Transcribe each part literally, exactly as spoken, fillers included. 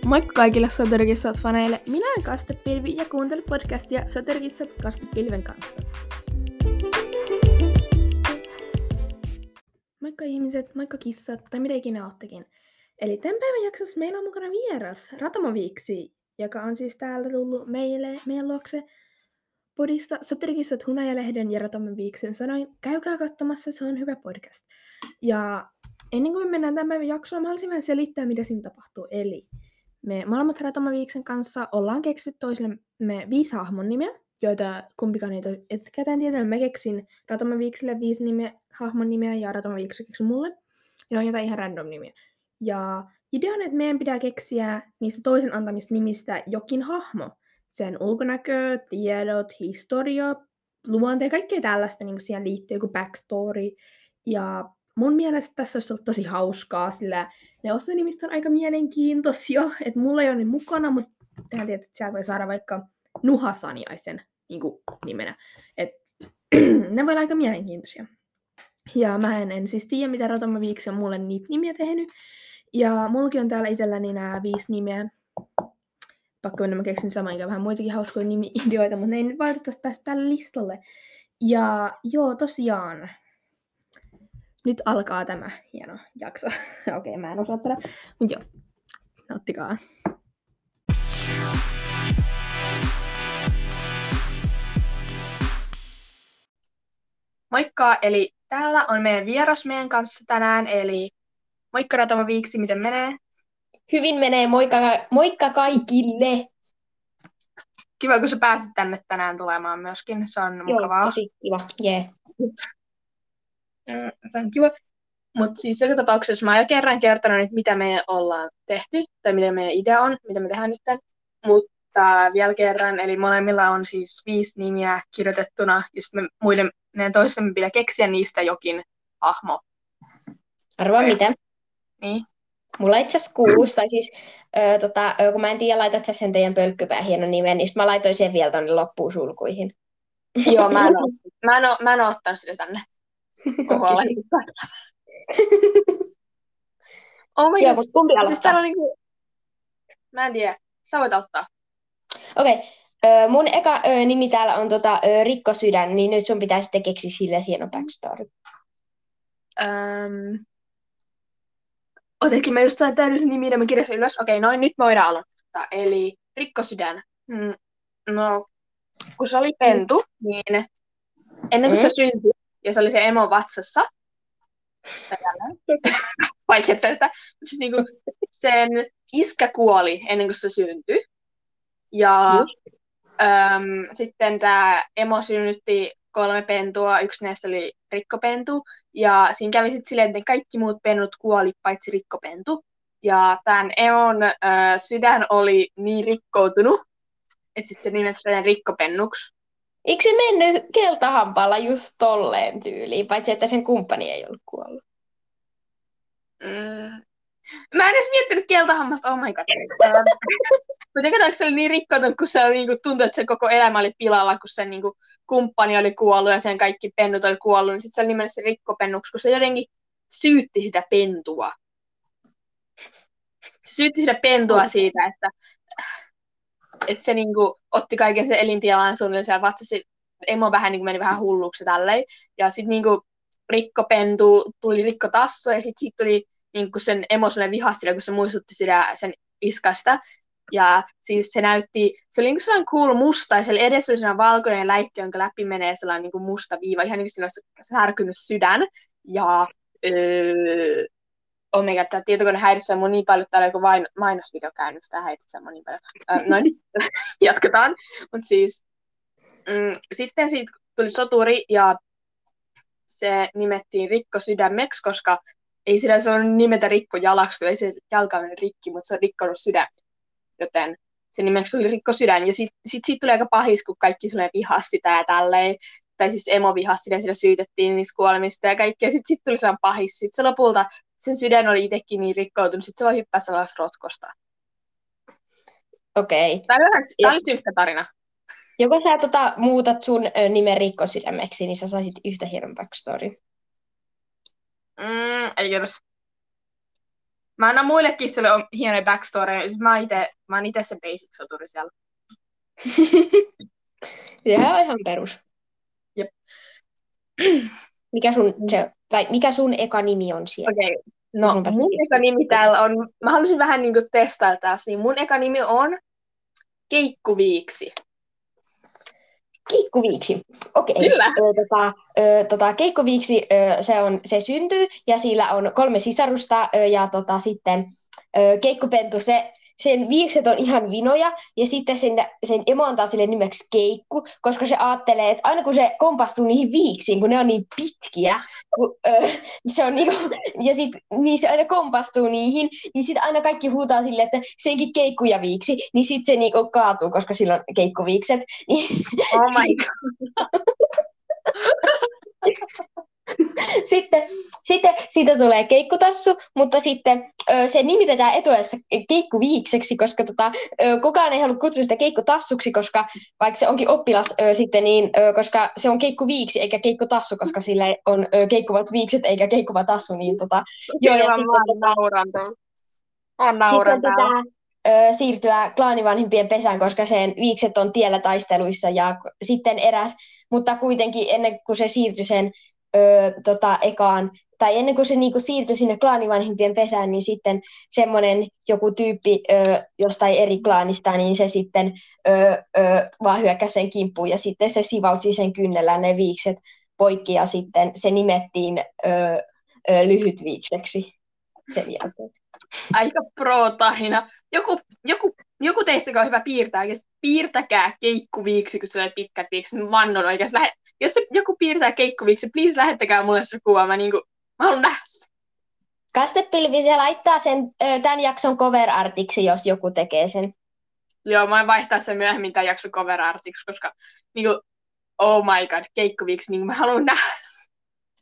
Moikka kaikille Soturikissat-faneille. Minä olen Kastepilvi ja kuuntelen podcastia Soturikissat Kastepilven kanssa. Moikka ihmiset, moikka kissat, tai mitä ikinä oottekin. Eli tämän päivän jaksossa meillä on mukana vieras, Ratamo Viiksi, joka on siis täällä tullut meille, meidän luokse podista Soturikissat Hunajalehden ja Ratamo Viiksen sanoin, käykää katsomassa, se on hyvä podcast. Ja ennen kuin me mennään tämän päivän jaksoon, mä haluaisin vähän selittää, mitä siinä tapahtuu. Eli me molemmat Ratamo Viiksen kanssa ollaan keksitty toisillemme viisi hahmon nimeä, joita kumpikaan ei etukäteen tietänyt. Mä keksin Ratamo Viikselle viisi nimeä, hahmon nimeä ja Ratamo Viiksi keksi mulle. Ja ne on jotain ihan random nimiä. Ja idea on, että meidän pitää keksiä niistä toisen antamista nimistä jokin hahmo. Sen ulkonäkö, tiedot, historia, luonte ja kaikkea tällaista niin kuin siihen liittyy, joku backstory. Ja mun mielestä tässä olisi ollut tosi hauskaa, sillä ne osanimistä on aika mielenkiintoisia, että mulla ei ole ne mukana, mutta tehän tiedät, että siellä voi saada vaikka Nuhasaniaisen niin kuin nimenä. Et, ne voi olla aika mielenkiintoisia. Ja mä en, en siis tiedä, mitä Ratamo Viiksi on mulle niitä nimiä tehnyt. Ja mullakin on täällä itselläni nämä viisi nimeä. Pakko mennä, mä keksin samaan aikaan vähän muitakin hauskoja nimi-ideoita, mutta ne ei nyt valitettavasti päästä tälle listalle. Ja joo, tosiaan. Nyt alkaa tämä hieno jakso. Okei, okay, mä en osaa tätä. Mutta joo, nauttikaa. Moikka, eli täällä on meidän vieras meidän kanssa tänään, eli moikka Ratamo Viiksi, miten menee? Hyvin menee, moikka, moikka kaikille! Kiva, kun sä pääsit tänne tänään tulemaan myöskin, se on Joo, mukavaa. tosi kiva, jee. Yeah. Se on kiva. Mutta siis joka tapauksessa mä oon jo kerran kertonut nyt, mitä me ollaan tehty, tai mitä meidän idea on, mitä me tehdään nyt. Mutta vielä kerran, eli molemmilla on siis viisi nimiä kirjoitettuna, ja sitten me muiden, meidän toisemme pitää keksiä niistä jokin hahmo. Arvaa mitä? Niin. Mulla on itse asiassa kuusi, tai siis, ö, tota, ö, kun mä en tiedä, laitat sä sen teidän pölkkypää hienon nimen, niin mä laitoin sen vielä tonne loppuun sulkuihin. Joo, mä en oo, mä en oo, mä en oo ottanut sitä tänne. Okay. Oh my Joo, god. mutta kumpi aloittaa? Siis täällä on niinku... Mä en tiedä. Sä voit auttaa. Okei, okay. Mun eka ö, nimi täällä on tota, ö, Rikko Sydän, niin nyt sun pitää sitten keksiä sille hieno backstory. Öm... Otetkin mä just sain täydellisen nimi, ja mä kirjasin ylös. Okei, okay, noin, nyt me voidaan aloittaa. Eli Rikko Sydän. Hmm. No, kun se oli pentu, niin ennen kuin Mm. se syntyi, ja se oli se emo vatsassa, vaikea selittää, siis niinku sen iskä kuoli ennen kuin se syntyi. Ja äm, sitten tämä emo synnytti kolme pentua, yksi näistä oli rikkopentu, ja siinä kävi sitten silleen, että ne kaikki muut pennut kuoli, paitsi rikkopentu. Ja tämän emon äh, sydän oli niin rikkoutunut, että sitten se nimesi sen rikkopennuksi. Eikö se mennyt keltahampaalla just tolleen tyyliin, paitsi että sen kumppani ei ollut kuollut? Mm. Mä en edes miettinyt keltahammasta, oh my god. Mutta katsotaan, se oli niin rikkoutunut, kun se oli, niin kuin, tuntui, että se koko elämä oli pilalla, kun sen niin kuin, kumppani oli kuollut ja sen kaikki pennut oli kuollut, niin sitten se oli nimellä se rikkopennuksi, kun se jotenkin syytti sitä pentua. Se syytti sitä pentua siitä, että, että se niin kuin, otti kaiken sen elintialan suunnilleen siellä vatsassa. Emo vähän niin kuin, meni vähän hulluksi tälleen. Ja sitten niin kuin, rikkopentu tuli rikkotasso ja sitten sit tuli niin kuin sen emo sellainen vihastila, kun se muistutti sitä sen iskasta. Ja siis se näytti, se oli niin kuin sellainen cool musta, ja siellä edessä oli sellainen valkoinen läikkä, jonka läpi menee sellainen niin kuin musta viiva, ihan niin kuin siinä olisi särkynyt sydän. Ja öö, oh my god, tämä tietokone häiritsee mun niin paljon, täällä on joku vain, mainosvideo käynyt, sitä häiritsee mun niin paljon. Öö, noin, jatketaan. Mutta siis, mm, sitten siitä tuli soturi, ja se nimettiin Rikko Sydämeksi, koska ei sillä se on nimetä Rikko jalaksi, kun ei se jalka ole rikki, mutta se on rikkonut sydän. Joten se nimeksi tuli Rikko Sydän. Ja sitten sit, sit tuli aika pahis, kun kaikki sulle vihasi sitä ja tälleen. Tai siis emo vihasi sitä ja sillä syytettiin niistä kuolemista ja kaikkea. Sitten sit tuli sellainen pahis. Sitten se lopulta, sen sydän oli itsekin niin rikkoutunut. Sitten se voi hyppää sellaista rotkosta. Okei. Okay. Tämä oli yhtä tarina. Joko sä tota, muutat sun ö, nimen Rikko Sydämeksi, niin sä saisit yhtä hienon backstory. Mm, ei kerros. Mä annan muille kissoille on hienoja backstory. Siis mä, ite, mä oon itse se basic-soturi siellä. Sehän on ihan perus. Jep. Mikä sun, se, tai mikä sun eka nimi on siellä? Okei. Okay. No Sanonpa mun sitten. eka nimi täällä on, mä haluaisin vähän niinku testailla taas, niin mun eka nimi on Keikkuviiksi. Keikkuviiksi. Okei. Kyllä. Ö, Tota, ö, tota, Keikkuviiksi ö, se, on, se syntyy ja sillä on kolme sisarusta ö, ja tota, sitten ö, Keikkupentu, se, sen viikset on ihan vinoja ja sitten sen, sen emo antaa sille nimeksi Keikku, koska se ajattelee, että aina kun se kompastuu niihin viiksiin, kun ne on niin pitkiä, kun, ö, se on niinku, ja sit, niin se aina kompastuu niihin, niin sitten aina kaikki huutaa sille, että senkin keikku ja viiksi, niin sitten se niinku kaatuu, koska sillä on keikkuviikset. Oh my god. Sitten, sitten siitä tulee keikkutassu, mutta sitten ö, se nimitetään etuajassa keikkuviikseksi, koska tota, ö, kukaan ei halua kutsua sitä keikkutassuksi, koska vaikka se onkin oppilas ö, sitten, niin, ö, koska se on keikkuviiksi eikä keikkutassu, koska sillä on ö, keikkuvat viikset eikä keikkuva tassu. Niin, tota, joo, ja Kyllä, sitten, mä oon nauran täällä. Mä nauran sitten täällä. pitää ö, siirtyä klaanivanhempien pesään, koska sen viikset on tiellä taisteluissa ja k- sitten eräs, mutta kuitenkin ennen kuin se siirtyi sen ö, tota, ekaan, tai ennen kuin se niinku siirtyi sinne klaanivanhempien pesään, niin sitten semmoinen joku tyyppi ö, jostain eri klaanista, niin se sitten ö, ö, vaan hyökkäsi sen kimppuun ja sitten se sivautti sen kynnellä ne viikset poikki ja sitten se nimettiin ö, ö, lyhytviikseksi sen jälkeen. Aika pro-tarina. Joku, joku, joku teistä on hyvä piirtää. Piirtäkää keikkuviiksi, kun se on pitkät viikset. Mä vannon oikeasti. Lähe, jos se joku piirtää keikkuviiksi, please lähettäkää mulle se kuva. Mä, niinku, mä haluan nähdä sen. Kastepilvi, se laittaa sen ö, tämän jakson cover-artiksi, jos joku tekee sen. Joo, mä voin vaihtaa sen myöhemmin tämän jakson cover-artiksi, koska niinku, oh my god, keikkuviiksi, niin mä haluan nähdä sen.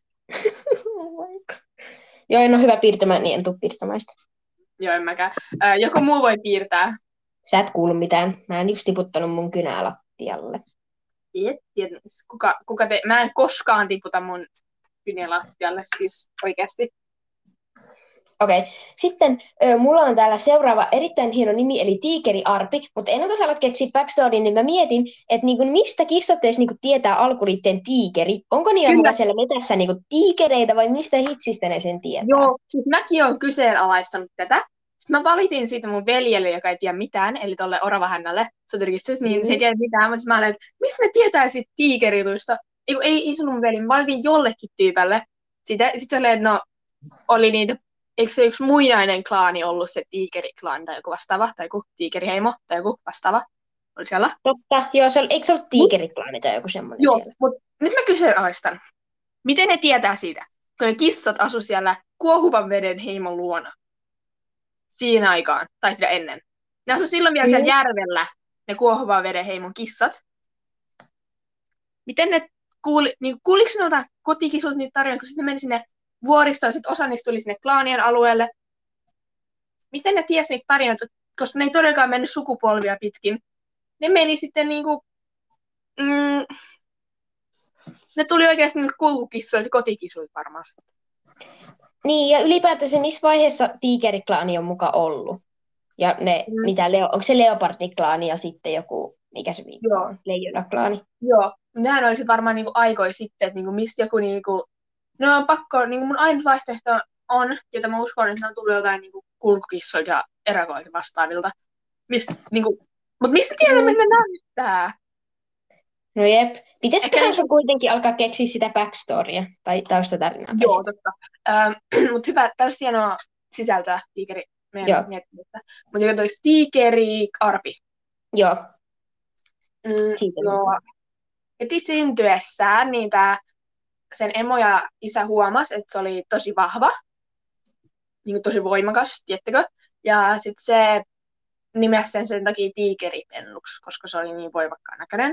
Oh my God. Joo, en ole hyvä piirtämään, niin en tule piirtämään sitä. Joo, en mäkään. Ö, joku muu voi piirtää. Sä et kuulu mitään. Mä en just tiputtanut mun kynää lattialle. Et, et, kuka, kuka te, mä en koskaan tiputa mun kynä lattialle, siis oikeasti. Okei. Okay. Sitten ö, mulla on täällä seuraava erittäin hieno nimi, eli Tiikeri Arpi. Mutta ennen kuin sä alat keksiä backstoryin, niin mä mietin, että niinku, mistä kissat edes niinku, tietää alkuliitteen tiikeri. Onko niillä Kyllä. mukaan siellä metässä niinku, tiikereitä vai mistä hitsistä ne sen tietää? Joo, siis mäkin olen kyseenalaistanut tätä. Sitten mä valitin siitä mun veljelle, joka ei tiedä mitään, eli tolle Oravahännälle, soturikistus, niin Mm. se ei tiedä mitään, mutta mä olin, että mistä ne tietää sit tiikerituista? Ei, kun ei, ei sun mun veli, mä valitin jollekin tyypälle. Sitä, sit se oli, että no, oli niitä, eikö se yksi muinainen klaani ollut se tiikeriklaani tai joku vastaava, tai joku tiikeriheimo, tai joku vastaava, oli siellä. Totta. Joo, se oli, eikö se ollut tiikeriklaani tai joku semmoinen Joo, siellä? mutta nyt mä kyseenalaistan. Miten ne tietää siitä, kun ne kissat asu siellä kuohuvan veden heimon luona? Siinä aikaan, tai sitä ennen. Ne asu silloin vielä siellä Mm. järvellä, ne kuohuvan veden heimon kissat. Miten ne kuuli, niin kuuliko ne noita kotikisut niitä tarinoita, kun sitten ne meni sinne vuoristoon, ja sitten osa niistä tuli sinne klaanien alueelle. Miten ne tiesi niitä tarinoita, koska ne ei todellakaan mennyt sukupolvia pitkin. Ne meni sitten niinku, mm, ne tuli oikeasti niiltä kulkukissoilta, kotikisuilta varmaan. Niin, ja ylipäätänsä missä vaiheessa tiikeriklaani on muka ollut? Ja ne, Mm. mitä Leo, onko se leopardiklaani ja sitten joku, mikä se viikko Joo. on? Leijonaklaani. Joo, nehän olisi varmaan niinku aikoja sitten, että niinku mistä joku, niinku, no on pakko, niinku mun ainut vaihtoehto on, jota mä uskon, että se on tullut jotain niinku kulkukissoilta ja erakoilta vastaavilta. Mist, niinku, mutta mistä tiedä mennä näyttää? No jep. Pitäisiköhän Ehkä- sun kuitenkin alkaa keksiä sitä backstorya tai taustatarinaa? tai Joo, sitä? totta. Ähm, mutta hyvä, tällaista hienoa sisältöä tiikeri Joo. meidän miettimistä. Mutta joka toisi tiikeri Arpi. Joo. Mm, Siitä joo. Heti syntyessään niin tää, sen emo ja isä huomasi, että se oli tosi vahva, niin kuin tosi voimakas, tiettäkö? Ja sitten se nimesi sen sen takia tiikeripennuksi, koska se oli niin voimakkaan näköinen.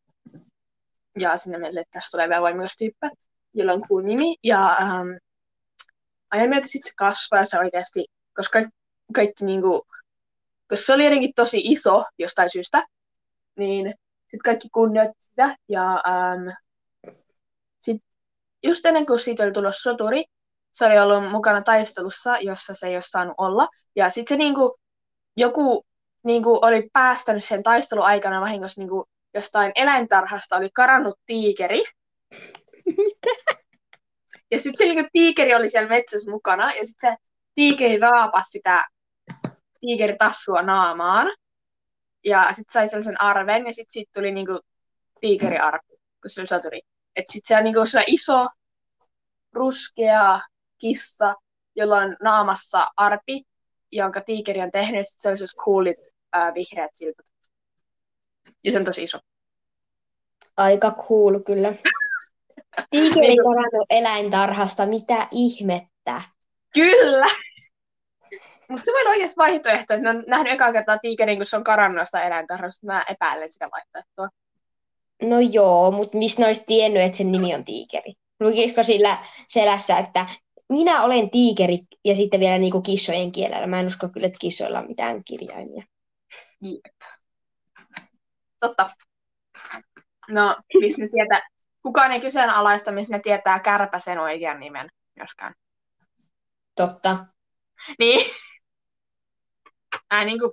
Ja sinne meille, että tästä tulee vielä voimakas tyyppi, jolla on cool nimi. Ja ähm, ajan myötä sitten se kasvoi ja se oikeasti, koska kaikki, kaikki niinku, koska se oli jotenkin tosi iso jostain syystä, niin sitten kaikki kunnioitti sitä. Ja ähm, sitten just ennen kuin siitä oli tullut soturi, se oli ollut mukana taistelussa, jossa se ei olisi saanut olla. Ja sitten se niinku, joku niinku, oli päästänyt sen taistelun aikana vahingossa niinku, jostain eläintarhasta, oli karannut tiikeri. Mitä? Ja sitten se niinku, tiikeri oli siellä metsässä mukana, ja sitten se tiikeri raapasi sitä tiikeritassua naamaan. Ja sitten sai sellaisen arven, ja sitten siitä tuli niinku, tiikeriarpi, kun se oli soturi. Että sitten se on niinku, iso, ruskea kissa, jolla on naamassa arpi, jonka tiikeri on tehnyt, ja sitten se on sellaiset coolit ää, vihreät silmät. Ja se on tosi iso. Aika cool kyllä. Tiikeri karannut eläintarhasta, mitä ihmettä? Kyllä! Mutta se voi olla oikeasti vaihtoehto, että mä oon nähnyt ekaa kertaa tiikerin, kun se on karannut jostain eläintarhasta. Mä epäilen sitä vaihtoehtoa. No joo, mutta mistä ne olisi tiennyt, että sen nimi on tiikeri? Lukisiko sillä selässä, että minä olen tiikeri, ja sitten vielä niinku kissojen kielellä. Mä en usko kyllä, että kissoilla on mitään kirjaimia. Jep. Totta. No, missä ne tietää, kukaan ei kyseenalaista, missä ne tietää kärpäsen oikean nimen, joskaan. Totta. Niin. Ää, niinku,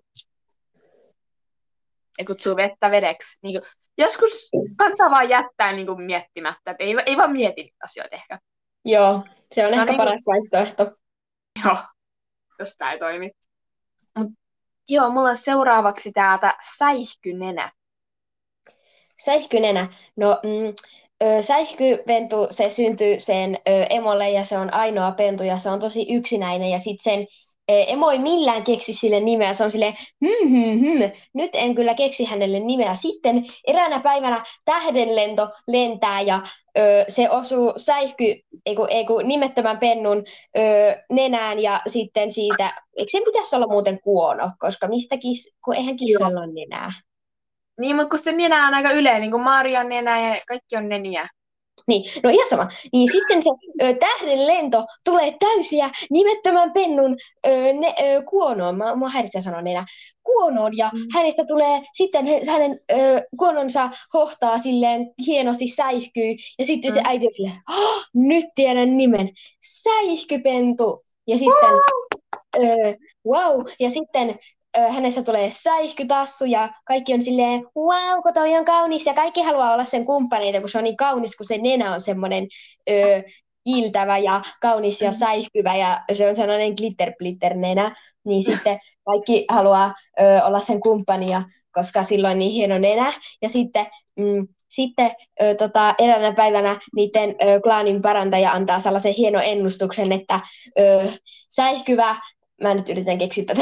ne kutsuu vettä vedeksi. Niinku, joskus kannattaa vaan jättää niinku miettimättä, että ei, ei vaan mieti niitä asioita ehkä. Joo, se on Se on ehkä niinku- paras vaihtoehto. Joo, jos tää ei toimi. Mut, joo, mulla on seuraavaksi täältä säihkynenä. Säihkynenä. No, mm, ö, säihkypentu, se syntyy sen ö, emolle ja se on ainoa pentu ja se on tosi yksinäinen ja sitten sen ö, emo ei millään keksi sille nimeä. Se on silleen, hmm, hmm, hmm, nyt en kyllä keksi hänelle nimeä. Sitten eräänä päivänä tähdenlento lentää ja ö, se osuu säihky, ei kun, ei kun nimettömän pennun ö, nenään ja sitten siitä, eikö sen pitäisi olla muuten kuono, koska mistäkin, kun eihän kissoilla ole nenää. Niin, mutta kun se nenä on aika yleinen, niin kuin Marian nenä ja kaikki on neniä. Niin, no ihan sama. Niin sitten se ö, tähden lento tulee täysiä nimettömän pennun ö, ne, ö, kuonoon. Mä, mä häiritsee sanoa nenä. Kuonoon ja mm. hänestä tulee sitten he, hänen ö, kuononsa hohtaa silleen hienosti säihkyy. Ja sitten mm. se äiti on silleen, oh, nyt tiedän nimen. Säihkypentu. Ja sitten, ö, wow, ja sitten hänestä tulee säihkytassu ja kaikki on silleen, wow, kun toi on kaunis ja kaikki haluaa olla sen kumppaneita, kun se on niin kaunis, kun se nenä on semmoinen ö, kiiltävä ja kaunis ja säihkyvä ja se on sellainen glitter-glitter-nenä, niin sitten kaikki haluaa ö, olla sen kumppania, koska silloin on niin hieno nenä. Ja sitten, mm, sitten ö, tota, eräänä päivänä niiden ö, klaanin parantaja antaa sellaisen hienon ennustuksen, että ö, säihkyvä Mä nyt yritän keksiä tätä.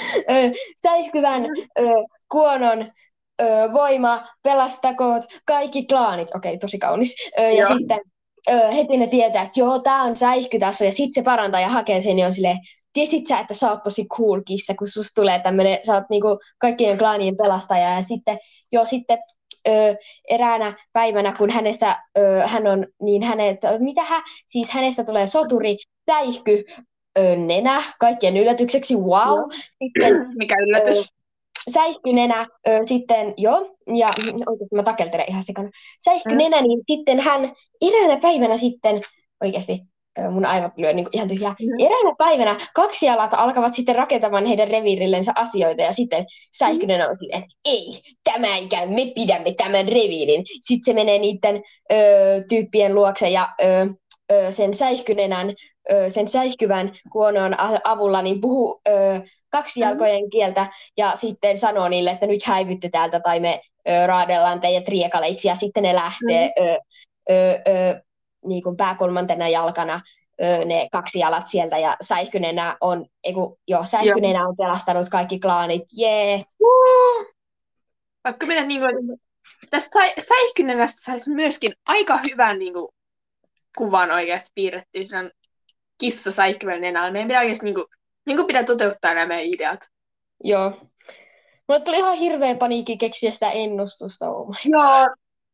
Säihkyvän ö, kuonon ö, voima pelastakoot kaikki klaanit. Okei, tosi kaunis. Ö, ja Joo. sitten ö, heti ne tietää, että joo, tää on säihkytaso. Ja sitten se parantaja hakee sen ja on silleen, tiesit sä, että sä oot tosi cool kissa, kun susta tulee tämmönen, sä oot niinku kaikkien klaanien pelastaja. Ja sitten, joo, sitten ö, eräänä päivänä, kun hänestä, ö, hän on, niin hänet, mitähän, siis hänestä tulee soturi, säihky, Ö, nenä, kaikkien yllätykseksi, wow. Joo. Sitten Mikä yllätys. ö, säihkynenä, ö, sitten joo, ja oikeasti mä takeltelen ihan sikana. Säihkynenä, mm. niin sitten hän eräänä päivänä sitten, oikeasti ö, mun aivot lyö niin ihan tyhjää, mm. eräänä päivänä kaksi jalat alkavat sitten rakentamaan heidän reviirillensä asioita, ja sitten säihkynenä on silleen, ei, tämä ei käy, me pidämme tämän reviirin. Sitten se menee niiden ö, tyyppien luokse, ja ö, ö, sen säihkynenän sen säihkyvän kuonon avulla niin puhuu ö, kaksijalkojen kieltä ja sitten sanoo niille, että nyt häivytte täältä tai me ö, raadellaan teidät riekaleiksi ja sitten ne lähtee ö, ö, ö, niin kuin pääkolmantena jalkana ö, ne kaksi jalat sieltä ja säihkynenä on, eiku, joo, säihkynenä on pelastanut kaikki klaanit, jee. Yeah. Vaikka minä niin kuin, tästä säihkynenästä saisi myöskin aika hyvän niin kuin, kuvan oikeasti piirrettyä sen kissa säihkyvän nenällä. Meidän pitää oikeasti niin kuin, niin kuin pitää toteuttaa nämä meidän ideat. Joo. Mulle tuli ihan hirveä paniikki keksiä sitä ennustusta. Oh my. Joo.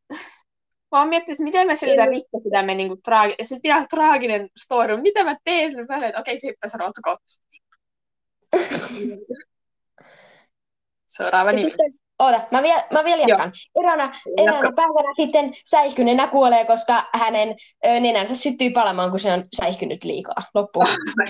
Mä oon miettinyt, miten mä selitän Rikka pidämme niin kuin traagi... Ja sitten pitää traaginen story. Mitä mä teen sen välillä? Okei, okay, sitten tässä rotko. Seuraava nimi. Sitten, Oota, mä vielä, mä vielä Joo, jatkan. Eräänä, jatko. eräänä päivänä sitten säihkyneenä kuolee, koska hänen ö, nenänsä syttyy palamaan, kun se on säihkynyt liikaa. Loppu.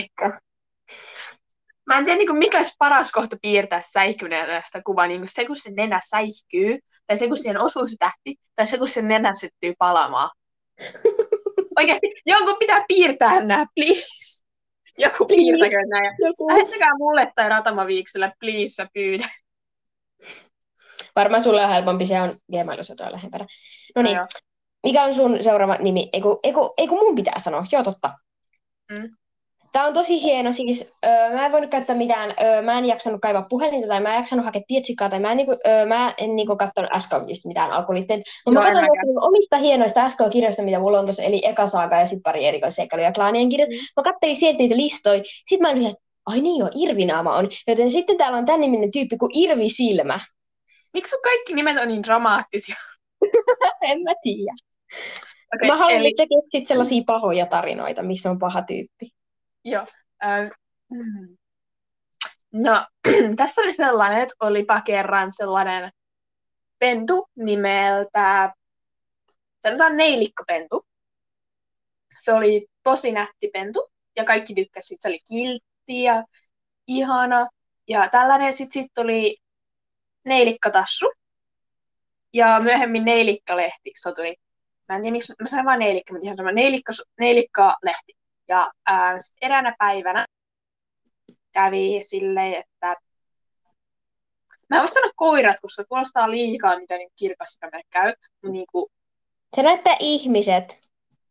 Mä en tiedä, niin kuin, mikä olisi paras kohta piirtää säihkyneenästä kuvaa, niin kuin se, kun se nenä säihkyy, tai se, kun siihen osuu se tähti, tai se, kun sen nenä syttyy palamaan. Oikeasti, jonkun pitää piirtää nämä, please. Joku piirtäkö nämä. Lähettäkää mulle tai Ratamaviikselle, please, mä pyydän. Varmaan sulle on helpompi, se on Gmailissa lähempänä. No niin, No mikä on sun seuraava nimi? Eiku, eiku, eiku mun pitää sanoa, joo totta. Mm. Tää on tosi hieno, siis öö, mä en voinut käyttää mitään, öö, mä en jaksanut kaivaa puhelinta tai mä en jaksanut hakea tietsikkaa tai mä en, niinku, öö, mä en niinku katsonut S K-kirjasta mitään alkuliitteitä. Mutta mä katson mun omista hienoista S K-kirjoista, mitä mulla on tuossa, eli Eka Saaga ja sitten pari erikoisseikkailuja ja klaanien kirjat. Mm. Mä kattelin sieltä niitä listoja, sit mä olin, että ai niin joo, Irvinaama on. Joten sitten täällä on tän niminen tyyppi kuin Irvi Silmä. Miksi sun kaikki nimet on niin dramaattisia? En mä tiedä. Okay, mä haluan, eli... että kestit sellaisia pahoja tarinoita, missä on paha tyyppi. Joo. Äh, mm. No, tässä oli sellainen, että olipa kerran sellainen pentu nimeltä, sanotaan neilikkopentu. Se oli tosi nätti pentu, ja kaikki tykkäsivät. Se oli kiltti ja ihana, ja tällainen. Sitten sit oli neilikkatassu, ja myöhemmin neilikkalehti. Se tuli, mä en tiedä, miksi mä sanoin vaan neilikka, mutta ihan sama neilikka, neilikkalehti. Ja ää, sitten eräänä päivänä kävi silleen, että mä en voi sanoa koirat, koska se kuulostaa liikaa, mitä niin kirkas meille käy. Niin kuin... Se näyttää ihmiset.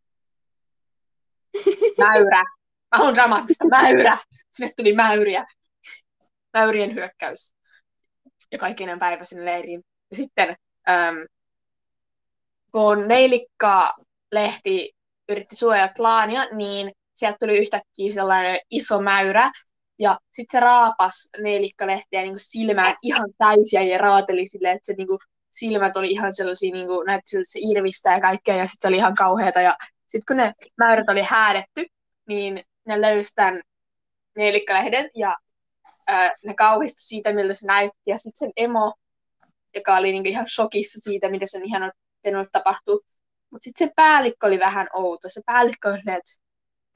Mäyrä. Mä haluan dramaattista. Mäyrä. Sinne tuli mäyriä. Mäyrien hyökkäys. Ja kaikkinen päivä sinne leiriin. Ja sitten, äm, kun neilikka-lehti yritti suojella klaania, niin sieltä tuli yhtäkkiä sellainen iso mäyrä. Ja sitten se raapas neilikkalehtiä niin silmään ihan täysiä ja raateli silleen, että se niin kuin, silmät oli ihan sellaisia, niin kuin, näytti siltä se irvistä ja kaikkea. Ja sitten se oli ihan kauheata. Ja sitten kun ne mäyrät oli häädetty, niin ne löysi tämän neilikkalehden ja ää, ne kauhistui siitä, miltä se näytti. Ja sitten sen emo, joka oli niin kuin, ihan shokissa siitä, mitä sen ihan penulle tapahtuu. Mutta sitten se päällikkö oli vähän outo. Se päällikkö oli, että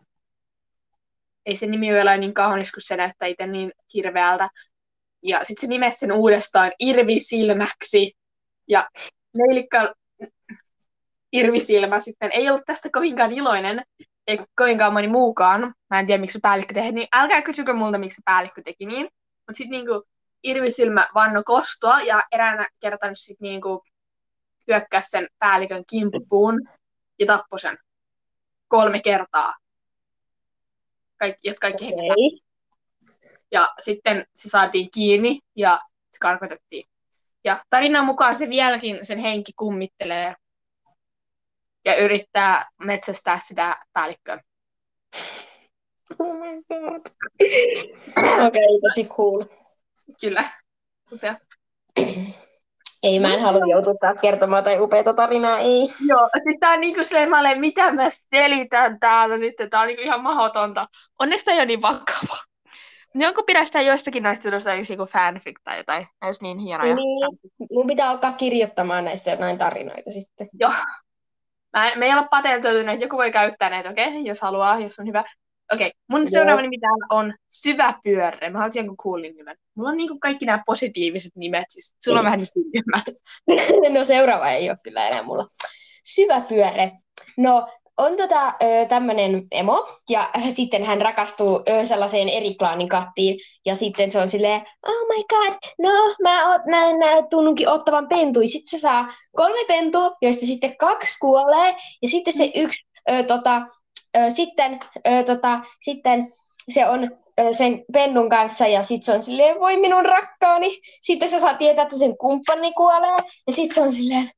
ei se nimi ole niin kaunis, kun se näyttää itse niin hirveältä. Ja sitten se nimesi sen uudestaan Irvi Silmäksi. Ja neilikka Irvi Silmä sitten ei ollut tästä kovinkaan iloinen, eikä kovinkaan moni muukaan. Mä en tiedä, miksi se päällikkö tehdä niin. Älkää kysykö multa, miksi se päällikkö teki niin. Mutta sitten niinku Irvi Silmä vanno kostoa ja eräänä kertana sitten niinku hyökkäsi sen päällikön kimppuun ja tappoi sen kolme kertaa. Kaikki, jotka kaikki Okay. henkensä. Ja sitten se saatiin kiinni ja se karkotettiin. Ja tarinan mukaan se vieläkin sen henki kummittelee ja yrittää metsästää sitä päällikköä. Oh my god. Okei, okay, tosi cool. Kyllä. Upea. Ei, mä en halua joutua taas kertomaan tai upeata tarinaa, ei. Joo, siis tää on niinku silleen, mä olen, mitä mä selitän täällä nyt, tää on niinku ihan mahdotonta. Onneksi tää ei ole niin vakava. Jonkun pidä sitä joistakin noista jutuista joku fanfic tai jotain, ne olisi niin hienoja. Niin, mun pitää alkaa kirjoittamaan näistä jotain tarinoita sitten. Joo. Mä, me ei olla patentoitu näitä, joku voi käyttää näitä, okei, okay? Jos haluaa, jos on hyvä. Okei, okay. Mun seuraava nimi täällä on Syväpyörre. Mä haluaisin jonkun coolin nimen. Mulla on niinku kaikki nämä positiiviset nimet, siis sulla on vähän niin syvimmät. No seuraava ei ole kyllä enää mulla. Syväpyörre. No, on tota, tämmönen emo, ja sitten hän rakastuu ö, sellaiseen eri klaanin kattiin, ja sitten se on silleen, oh my god, no, mä, oot, mä en näe tunnunkin ottavan pentui. Sitten se saa kolme pentua, joista sitten kaksi kuolee, ja sitten se yksi, ö, tota, ö, sitten, ö, tota, sitten se on ö, sen pennun kanssa, ja sitten se on silleen, voi minun rakkaani. Sitten se saa tietää, että sen kumppani kuolee, ja sitten se on silleen,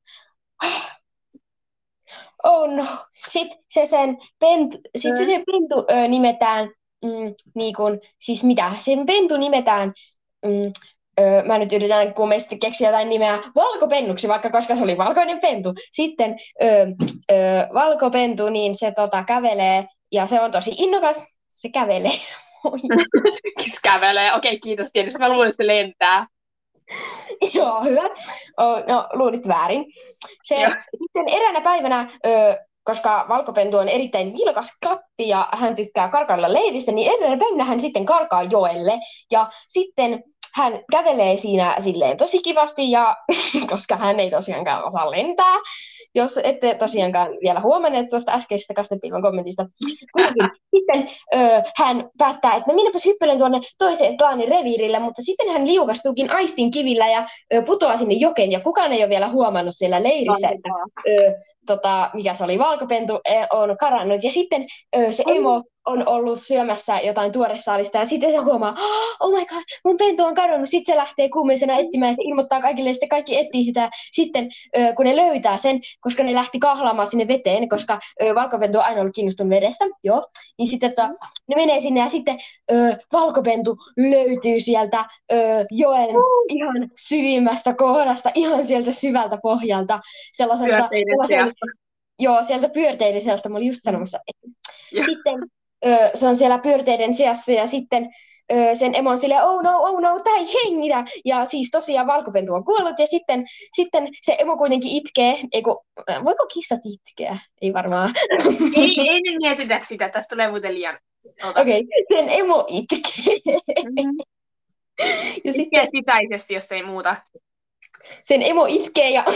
oh no. Sitten se sen pentu, sit se, se pentu ö, nimetään, mm, niin kun, siis mitä, sen pentu nimetään, mm, ö, mä nyt yritän kummesti keksiä jotain nimeä, valkopennuksi, vaikka koska se oli valkoinen pentu. Sitten ö, ö, valkopentu, niin se tota, kävelee, ja se on tosi innokas, se kävelee. Se kävelee, okei, okay, kiitos tietysti, mä luulen, että se lentää. Joo, hyvä. Oh, no, luulit väärin. Se Joo. sitten eräänä päivänä, ö, koska valkopentu on erittäin vilkas katti ja hän tykkää karkailla leiristä, niin eräänä päivänä hän sitten karkaa joelle. Ja sitten hän kävelee siinä silleen tosi kivasti, ja koska hän ei tosiaankaan osaa lentää, jos ette tosiaankaan vielä huomanneet tuosta äskeisestä Kastepilvan kommentista. Kuitenkin sitten ö, hän päättää, että no minäpäs hyppelen tuonne toiseen klaanin reviirille, mutta sitten hän liukastuukin aistin kivillä ja ö, putoaa sinne jokeen, ja kukaan ei ole vielä huomannut siellä leirissä, että ö, tota, mikä se oli, valkopentu ö, on karannut. Ja sitten ö, se emo on ollut syömässä jotain tuoresaalista, ja sitten se huomaa, oh my god, mun pentu on kadonnut. Sitten se lähtee kuumeisena etsimään, ja se ilmoittaa kaikille, ja sitten kaikki etsii sitä. Sitten ö, kun ne löytää sen, koska ne lähti kahlaamaan sinne veteen, koska ö, valkopentu on aina ollut kiinnostunut vedestä, joo, niin sitten to, ne menee sinne, ja sitten ö, valkopentu löytyy sieltä ö, joen ihan syvimmästä kohdasta, ihan sieltä syvältä pohjalta, sellaisesta, sellaisen, joo, sieltä pyörteiden seasta, mä olin just sanomassa. Ja. Sitten ö, se on siellä pyörteiden seassa, ja sitten ö, sen emo on silleen, oh no, oh no, tää ei hengitä. Ja siis tosiaan valkopentu on kuollut, ja sitten, sitten se emo kuitenkin itkee. Eiku, voiko kissat itkeä? Ei varmaan. Ei, ei nyt mietitä sitä, tästä tulee muuten liian. Okei, okay, sen emo itkee. Mm-hmm. Ja sitten sisäisesti, jos ei muuta. Sen emo itkee ja...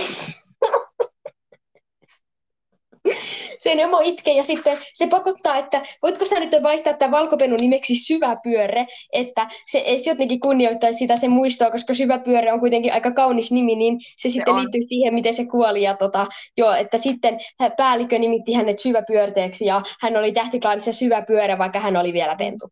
Sen emo itkee ja sitten se pakottaa, että voitko sä nyt vaihtaa tämän valkopennun nimeksi Syväpyörre, että se edes jotenkin kunnioittaisi sitä sen muistoa, koska Syväpyörre on kuitenkin aika kaunis nimi, niin se, se sitten on. Liittyy siihen, miten se kuoli. Ja tota, joo, että sitten päällikkö nimitti hänet Syväpyörteeksi ja hän oli tähtiklaanissa Syväpyörä, vaikka hän oli vielä pentu.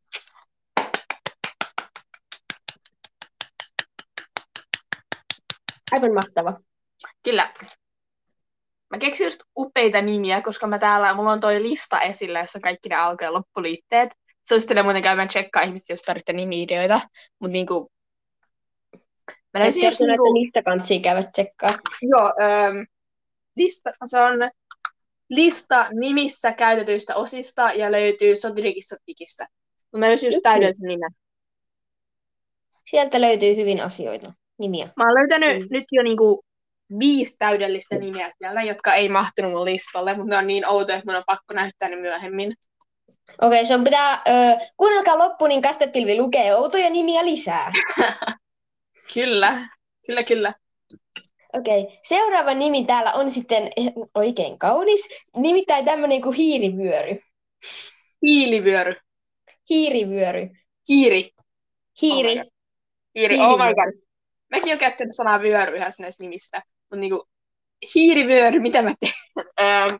Aivan mahtava. Kyllä. Mä keksin just upeita nimiä, koska mä täällä, mulla on toi lista esillä, jossa kaikki ne alku- ja loppuliitteet. Se olisi sitten muuten käymään tsekkaa ihmistä, jos tarvitsette nimi-ideoita. Mutta niinku... Mä löysin just niinku... Mistä kansia käydä tsekkaa? Joo, ähm, lista, se on lista nimissä käytetyistä osista ja löytyy Sotirikissa-pikistä. Mutta mä löysin just täydellisen nimen. Sieltä löytyy hyvin asioita, nimiä. Mä oon löytänyt mm. nyt jo niinku... viisi täydellistä nimeä siellä, jotka ei mahtunut mun listalle, mutta ne on niin outoja, että mun on pakko näyttää ne myöhemmin. Okei, okay, sun pitää, äh, kuunnelkaa loppuun, niin Kastepilvi lukee outoja nimiä lisää. Kyllä, kyllä, kyllä. Okei, okay, seuraava nimi täällä on sitten oikein kaunis, nimittäin tämmöinen kuin hiirivyöry. Hiilivyöry. Hiirivyöry. Hiiri. Hiiri. Oh Hiiri, oh my god. Mäkin olen käyttänyt sanaa vyöry yhdessä näistä nimistä, mutta niinku hiirivyöry, mitä mä teen?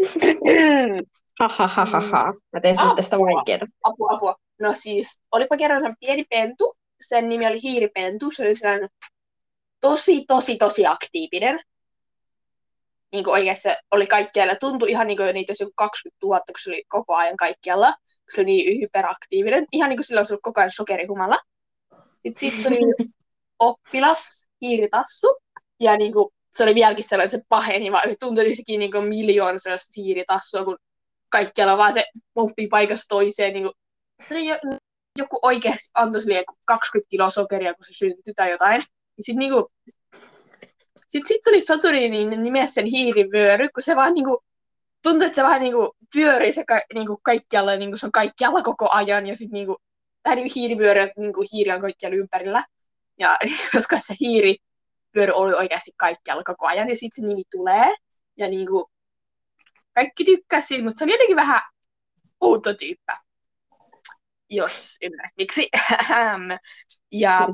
Hahaha, mä teen sinusta tästä vaikeaa. Apua, apua. No siis, olipa kerran pieni pentu, sen nimi oli hiiripentu, se oli sellainen tosi, tosi, tosi aktiivinen. Niin kuin oikeasti se oli kaikkialla, tuntui ihan niin kuin niitä olisi joku kaksikymmentätuhatta, kun se oli koko ajan kaikkialla, kun se oli niin hyperaktiivinen. Ihan niin kuin silloin olisi ollut koko ajan sokerihumala. Sitten siitä tuli oppilas, hiiritassu, ja niin kuin, se oli vieläkin sellainen, se paheni, vaan tuntui yhtäkin niin kuin miljoona sellaista hiiritassua, kun kaikkialla vaan se pomppii paikasta toiseen. Niin kuin, se oli jo, joku oikeasti antoi sille kaksikymmentä kiloa sokeria, kun se syntyi tai jotain. Sitten niin kuin, sit, sit tuli Soturiinin nimessä sen hiirivyöry, kun se vaan niin kuin, tuntui, että se vähän niin kuin, pyörii se ka, niin kuin kaikkialla, niin kuin se on kaikkialla koko ajan, ja sitten niin kuin, vähän niin kuin hiirivyöry, että niin kuin hiiri on kaikkialla ympärillä. Ja koska se hiirivyöry oli oikeasti kaikkialla koko ajan, ja sitten se nimi tulee, ja niin kuin, kaikki tykkäsi siitä, mutta se oli jotenkin vähän outo tyyppä, jos ymmärrät miksi. ja...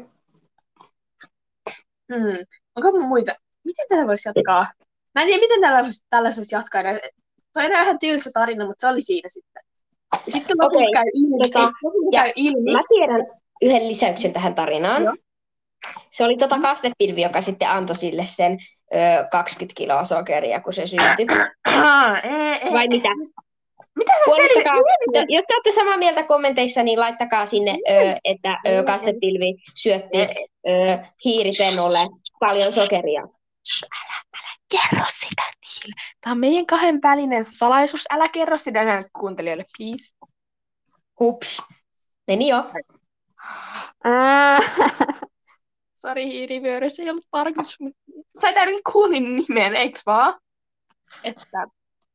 Hmm. Onko mun muita? Miten tätä voisi jatkaa? Mä en tiedä, miten tällä voisi, tällä voisi jatkaa. Toi on vähän tylsä tarina, mutta se oli siinä sitten. Ja sitten lopulta okay. käy ilmi. Tota, ja käy ilmi. Mä tiedän yhden lisäyksen tähän tarinaan. Joo. Se oli tota Kastepilvi, joka sitten antoi sille sen ö, kaksikymmentä kiloa sokeria, kun se syntyi. Vai mitä? Mitä sä selität? Jos te olette samaa mieltä kommenteissa, niin laittakaa sinne, ö, että ö, Kastepilvi syötti ö, hiiripennulle paljon sokeria. Älä, älä kerro sitä niille. Tämä on meidän kahden välinen salaisuus. Älä kerro sitä näille kuuntelijoille, please. Hups. Meni jo. Sori hiirivyöry, se ei ollut tarkoitus. Sä et ainakin kuulin nimen, eiks vaan? Että...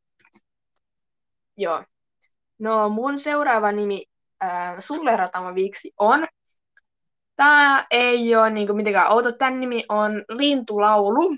Joo. No mun seuraava nimi äh, sulle Ratama Viiksi on... Tää ei ole niinku mitenkään outo. Tän nimi on Lintulaulu.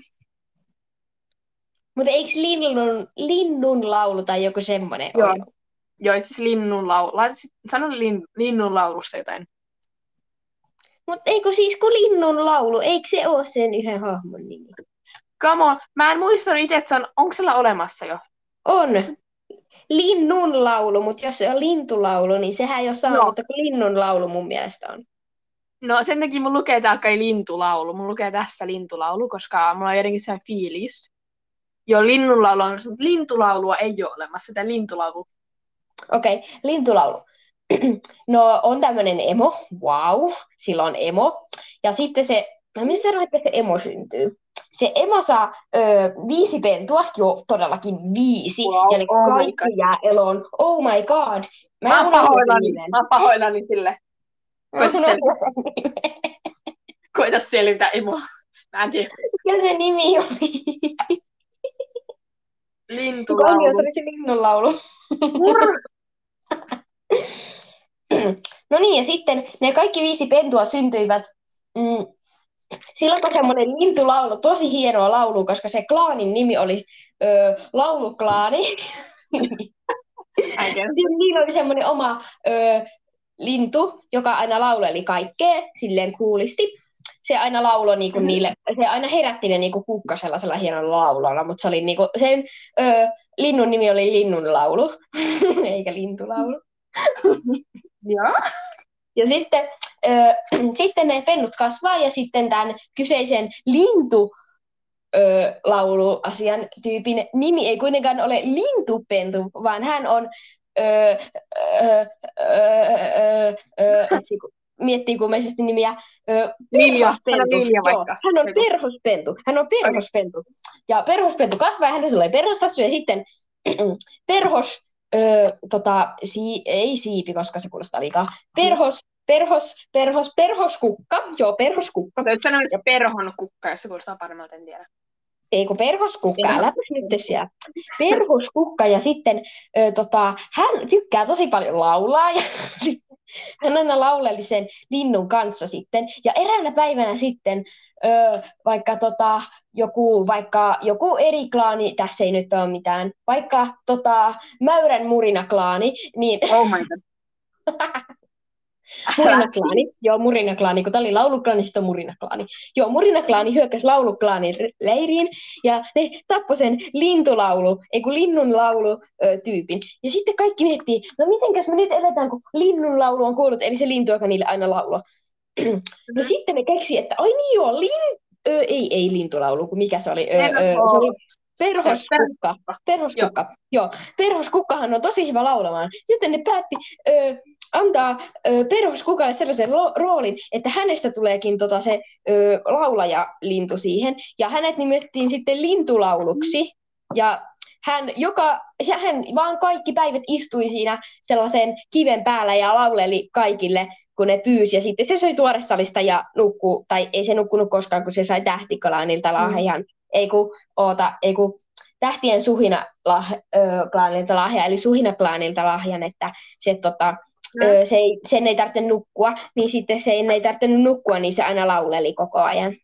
Mutta eikö linnun, linnun laulu tai joku semmoinen Joo. ole? Joo, siis linnun laulu. Laita sit, sano lin, linnun laulusta jotain. Mutta eikö siis kun linnun laulu, eikö se ole sen yhden hahmon nimi? Come on. Mä en muistanut itse, että se on, onko sillä olemassa jo? On. Linnun laulu, mutta jos se on lintulaulu, niin sehän ei ole sama, Joo. mutta kun linnun laulu mun mielestä on. No sen takia mun lukee täällä kai lintulaulu. Mun lukee tässä lintulaulu, koska mulla on jotenkin se fiilis. Joo, linnunlaulu on, mutta lintulaulua ei ole olemassa. Sitä lintulaulu. Okei, okay, lintulaulu. No on tämmöinen emo, wow, sillä on emo. Ja sitten se, mä missä sanoin, että se emo syntyy. Se emo saa ö, viisi pentua, jo todellakin viisi, Wow, ja ne oh my kaikki God. jää eloon. Oh my god. Mä, Mä oon unohdin pahoillani. nimen. Mä oon pahoillani sille. Mä Koita, unohdin sel- nimen. koita selvitä emo. Mä en tiedä. Mikä se nimi oli? Lintulaulu. Kuka oli se linnunlaulu? No niin, ja sitten ne kaikki viisi pentua syntyivät mm, silloin kun semmoinen lintulaulu, tosi hienoa laulu, koska se klaanin nimi oli ö, Lauluklaani. Niillä oli semmoinen oma ö, lintu, joka aina lauleli kaikkea, silleen kuulisti. Se aina lauloi niinku niille, se aina herätti ne niinku kukka sellaisella hienolla laululla, mutta se oli niinku, sen ö, linnun nimi oli linnunlaulu, eikä lintulaulu. Joo. Ja sitten, ö, sitten ne pennut kasvaa ja sitten tämän kyseisen lintu ö, lauluasian tyypin nimi ei kuitenkaan ole lintupentu, vaan hän on ö, ö, ö, ö, ö, etsi, miettii kummallisesti nimiä. Ö, Lilja, hän on perhospentu. Lilja Joo, vaikka. hän on perhospentu. Hän on perhospentu. Ja perhospentu kasvaa ja hänellä tulee perhoskasvu ja sitten perhos, ö, tota, si, ei siipi, koska se kuulostaa liikaa. Perhos, perhos, perhos, perhoskukka. Joo, perhoskukka. Olet sanonut se perhon kukka, jos se kuulostaa paremmalta, en tiedä. Ei kun perhoskukka, äläpäs nyt siellä. Perhoskukka ja sitten ö, tota, hän tykkää tosi paljon laulaa ja hän aina lauleli sen linnun kanssa sitten. Ja eräänä päivänä sitten ö, vaikka, tota, joku, vaikka joku eri klaani, tässä ei nyt ole mitään, vaikka tota, Mäyrän Murina-klaani, niin Oh my god. Murina-klaani, joo, Murina-klaani, kun tämä oli lauluklaani, sitten on Murina-klaani. Joo, Murina-klaani hyökkäsi lauluklaanin leiriin, ja ne tappoi sen lintulaulu, ei kun linnunlaulu ö, tyypin. Ja sitten kaikki miettii, no mitenkäs me nyt eletään, kun linnunlaulu on kuollut, eli se lintu, joka niille aina laulaa. No sitten ne keksi, että ai niin joo, lin... Ö, ei, ei lintulaulu, kun mikä se oli? Ö, ö, se oli perhoskukka. Perhoskukka. Joo, perhoskukkahan on tosi hyvä laulamaan, joten ne päätti ö, antaa ö, perhoskukalle sellaisen lo- roolin, että hänestä tuleekin tota, se ö, laulajalintu siihen, ja hänet nimettiin sitten lintulauluksi, ja hän, joka, ja hän vaan kaikki päivät istui siinä sellaisen kiven päällä ja lauleli kaikille, kun ne pyysi, ja sitten se söi tuoresalista ja nukkuu, tai ei se nukkunut koskaan, kun se sai tähtikolaanilta lahjan, mm. ei kun, oota, ei kun tähtien suhina lah, ö, klaanilta lahja, eli suhina-klaanilta lahjan, että se, tota, mm. ö, se ei, sen ei tarvitse nukkua, niin sitten se ei tarvitse nukkua, niin se aina lauleli koko ajan.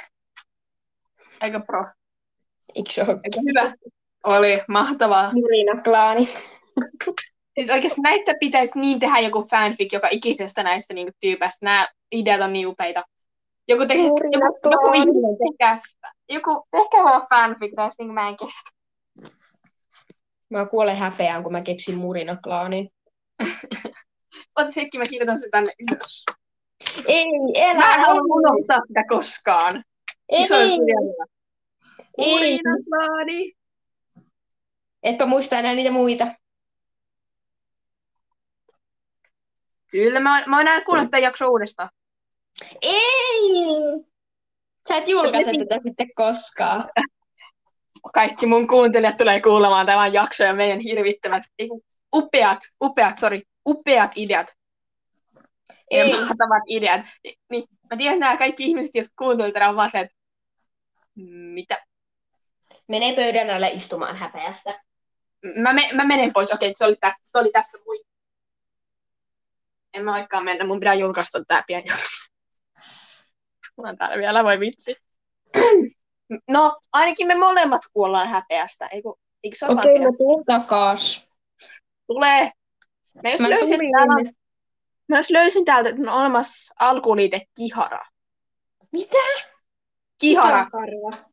Aika pro. Eikö se ole? Aika hyvä. Oli mahtavaa. Murina-klaani. Siis oikeasti näistä pitäisi niin tehdä joku fanfic joka ikisestä näistä niinku tyypäistä. Nämä ideat on niin upeita. Joku, te, joku, joku ihminen tehkää, joku, tehkää vaan fanfic näistä, niin mä en kestä. Mä kuolen häpeään, kun mä keksin Murina-klaanin. Ota hetki, mä kirjoitan sen tänne ylös. Ei, elä! Mä en halua unohtaa sitä koskaan. Ei, Isoin kirjaimella. ei. Murina-klaani. Etpä muista enää niitä muita. Kyllä, mä, mä oon aina kuullut tämän jakson uudestaan. Ei! Sä et julkaise Se- tätä sitten koskaan. Kaikki mun kuuntelijat tulee kuulemaan tämän jakson ja meidän hirvittävät, ei, kun upeat, upeat, sorry, upeat ideat. Ei. Ja mahtavat ideat. Ni- Niin, Mä tiedän, että nämä kaikki ihmiset, jotka kuuntelevat tänään, on vaan se, että mitä? Menee pöydän alle istumaan häpeästä. Mä, me, mä menen pois. Okei, se oli tästä. Se oli tästä. Mui. En mä vaikkaan mennä. Mun pitää julkaista tää pieni julkaisu. Mulla on täällä vielä, voi vitsi. No, ainakin me molemmat kuollaan häpeästä. Eikö, eikö se ole Okei, okay, mä tuun takas. Tulee. Mä jos Mä löysin tulin. täällä, mä jos löysin täältä, että on olemassa alkuliite kihara. Mitä? Kihara. Kihara.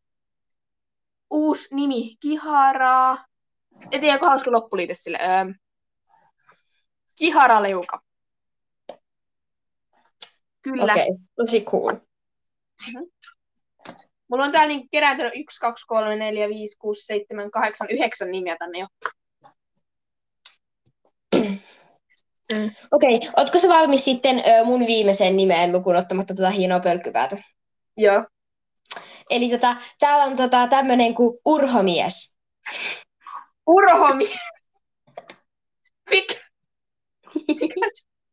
Uusi nimi. Kihara. En tiedä, onko hauska loppuliite sille. Öö, Kiharaleuka. Kyllä. Okei, okay, tosi cool. Mm-hmm. Mulla on täällä niin kerääntynyt yksi, kaksi, kolme, neljä, viisi, kuusi, seitsemän, kahdeksan, yhdeksän nimeä tänne jo. Mm. Okei, okay, ootko sä valmis sitten ö, mun viimeiseen nimeen lukuun ottamatta tota hienoa pölkkypäätä? Joo. Eli tota, täällä on tota, tämmönen kuin Urhomies. Urhomies? Mikä? Mikä?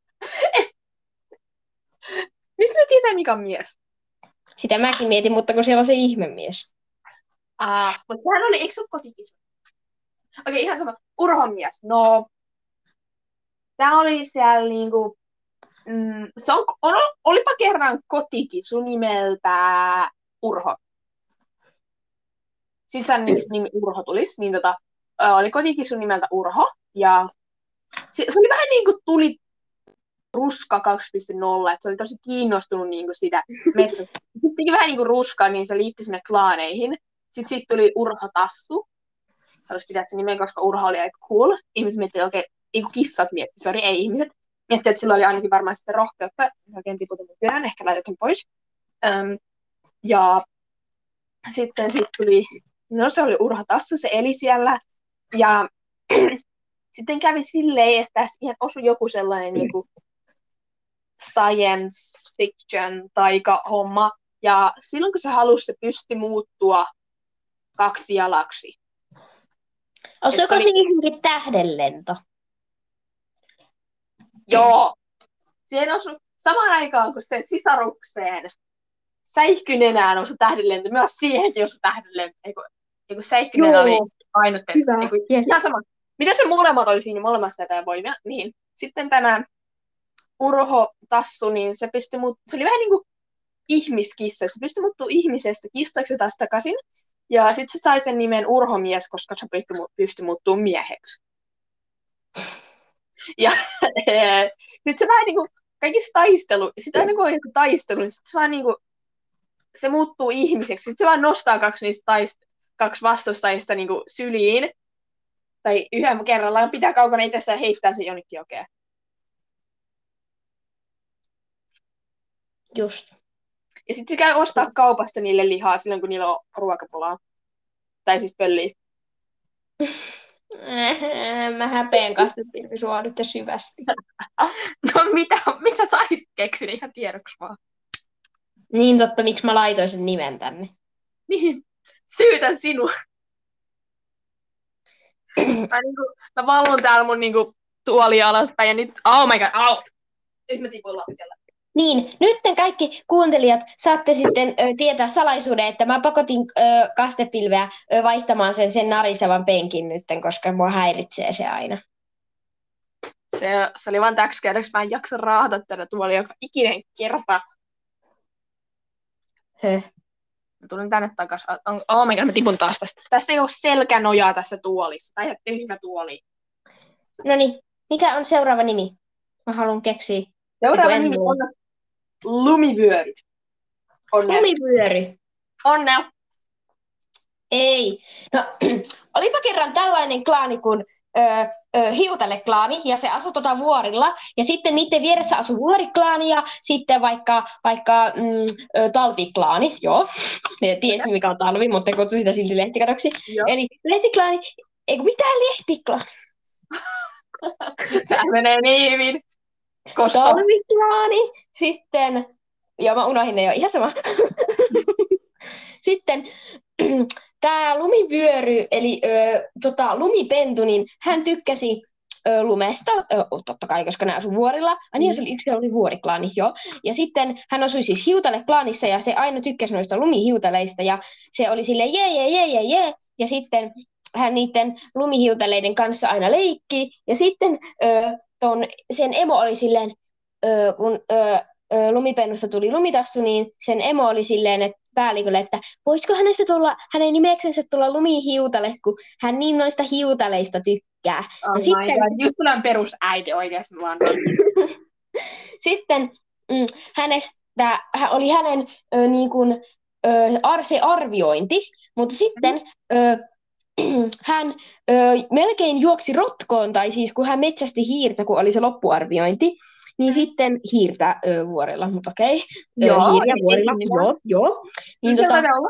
Mistä ne tietää, mikä on mies? Sitä mäkin mietin, mutta kun siellä on se ihmemies. Ah, mutta sehän oli, eikö se ole kotikisu? Okei, ihan sama. Urhomies. No, tää oli siellä niinku, mm, se on, on, olipa kerran kotikisu nimeltä Urho. Sitten sen nimi Urho tulisi, niin tota, oli kotikisu nimeltä Urho, ja se, se oli vähän niin kuin tuli Ruska kaksi piste nolla, että se oli tosi kiinnostunut niin kuin sitä metsästä. Sitten vähän niin kuin Ruska, niin se liittyi sinne klaaneihin. Sitten siitä tuli Urho Tassu. Se olisi pitää se nimen, koska Urho oli aika cool. Ihmiset miettivät, okei, okay, ei kun kissat mietti, sori, ei ihmiset. Miettivät, että sillä oli ainakin varmaan sitten rohkeutta. Oikein tiputin mun pyörän, ehkä laitetun pois. Öm, ja sitten siitä tuli, no se oli Urho Tassu, se eli siellä. Ja sitten kävi silleen, että tässä ihan osui joku sellainen niin kuin science fiction taika-homma. Ja silloin kun se halusi, se pystyi muuttua kaksi jalaksi. Osuiko se oli... siihenkin tähdenlento? Joo. Siihen osui samaan aikaan, kun sen sisarukseen säihkynenään osui tähdenlento. Myös siihenkin osui tähdenlento. Eiku, eiku säihkynenä oli ainut. Eiku, yes. Ihan sama. Mitä se molemmat oli siinä molemmassa jotain voimia? Niin. Sitten tämä Urho Tassu, niin se pystyi muut... se oli vähän niin kuin ihmiskissa. Se pystyi muuttua ihmisestä kissaksi taas takaisin. Ja sitten se sai sen nimen Urhomies, koska se pystyi, pystyi muuttumaan mieheksi. Ja nyt se vähän niin kuin kaikissa taistelu, sitten aina kun on joku taistelu, niin sit se vaan niin kuin, se muuttuu ihmiseksi. Sitten se vaan nostaa kaksi niistä taist- kaksi vastustajista niin kuin syliin. Tai yhden kerrallaan pitää kaukana itsessään heittää se jonnekin jokeen. Just. Ja sitten se käy ostaa kaupasta niille lihaa silloin, kun niillä on ruokapulaa. Tai siis pölliä. Mä häpeän kasvipilvi sua nyt syvästi. No mitä, mitä sä olisit keksinyt ihan tiedoksi vaan? Niin totta, miksi mä laitoin sen nimen tänne. Niin, syytän sinua. mä, niinku, mä vallun täällä mun niinku, tuolia alaspäin ja nyt, oh my god, au! Nyt mä tipuin lattialle. Niin, nyt kaikki kuuntelijat saatte sitten ö, tietää salaisuuden, että mä pakotin ö, kastepilveä ö, vaihtamaan sen, sen narisevan penkin nytten, koska mua häiritsee se aina. Se, se oli vaan täksi kerraksi, mä en jaksa raahata tätä tuolia joka ikinen kerta. Höh. Mä tulin tänne takas. Oh my god, mä tipun taas tästä. Tästä ei ole selkänojaa tässä tuolissa. Tämä on ihan tyhmä tuoli. Noniin, mikä on seuraava nimi? Mä haluan keksiä. Seuraava nimi on Lumivyöry. Onnea. Lumivyöry. Onnea. Ei. No, olipa kerran tällainen klaani kuin ö, ö, Hiutale-klaani, ja se asui tota vuorilla, ja sitten niiden vieressä asui vuoriklaani, ja sitten vaikka, vaikka mm, ö, talviklaani, joo, ne tiesi mikä on talvi, mutta ne kutsui sitä silti lehtikadoksi. Joo. Eli lehtiklaani, eikö mitään lehtiklaani? Tämä menee niin hyvin. Koska... Talviklaani, sitten, joo mä unohdin ne jo, ihan sama. Sitten tämä lumivyöry, eli ö, tota, lumipentu, niin hän tykkäsi ö, lumesta, ö, totta kai, koska ne asui vuorilla. Ai niin, Mm. se oli yksi, se oli vuoriklaani, joo. Ja sitten hän asui siis hiutaleklaanissa ja se aina tykkäsi noista lumihiutaleista ja se oli silleen jee, jee, jee, jee, jee. Ja sitten hän niiden lumihiutaleiden kanssa aina leikki. Ja sitten ö, ton, sen emo oli silleen, ö, kun ö, ö, lumipennusta tuli lumitassu, niin sen emo oli silleen, että päällikölle, että voisiko hänestä tulla, hänen nimeksensä tulla lumihiutale, kun hän niin noista hiutaleista tykkää. Oh No my sitten, god, just tulee perusäiti oikeasti vaan. sitten mm, hänestä hän oli hänen ö, niin kuin, ö, ar- se arviointi, mutta sitten ö, hän ö, melkein juoksi rotkoon, tai siis kun hän metsästi hiirtä, kun oli se loppuarviointi, niin sitten hiirtä ö, vuorella, mutta okei, okay. Joo, hiiriä ei- vuorilla, ei mitään. joo, joo. Niin, Niin tota, olla.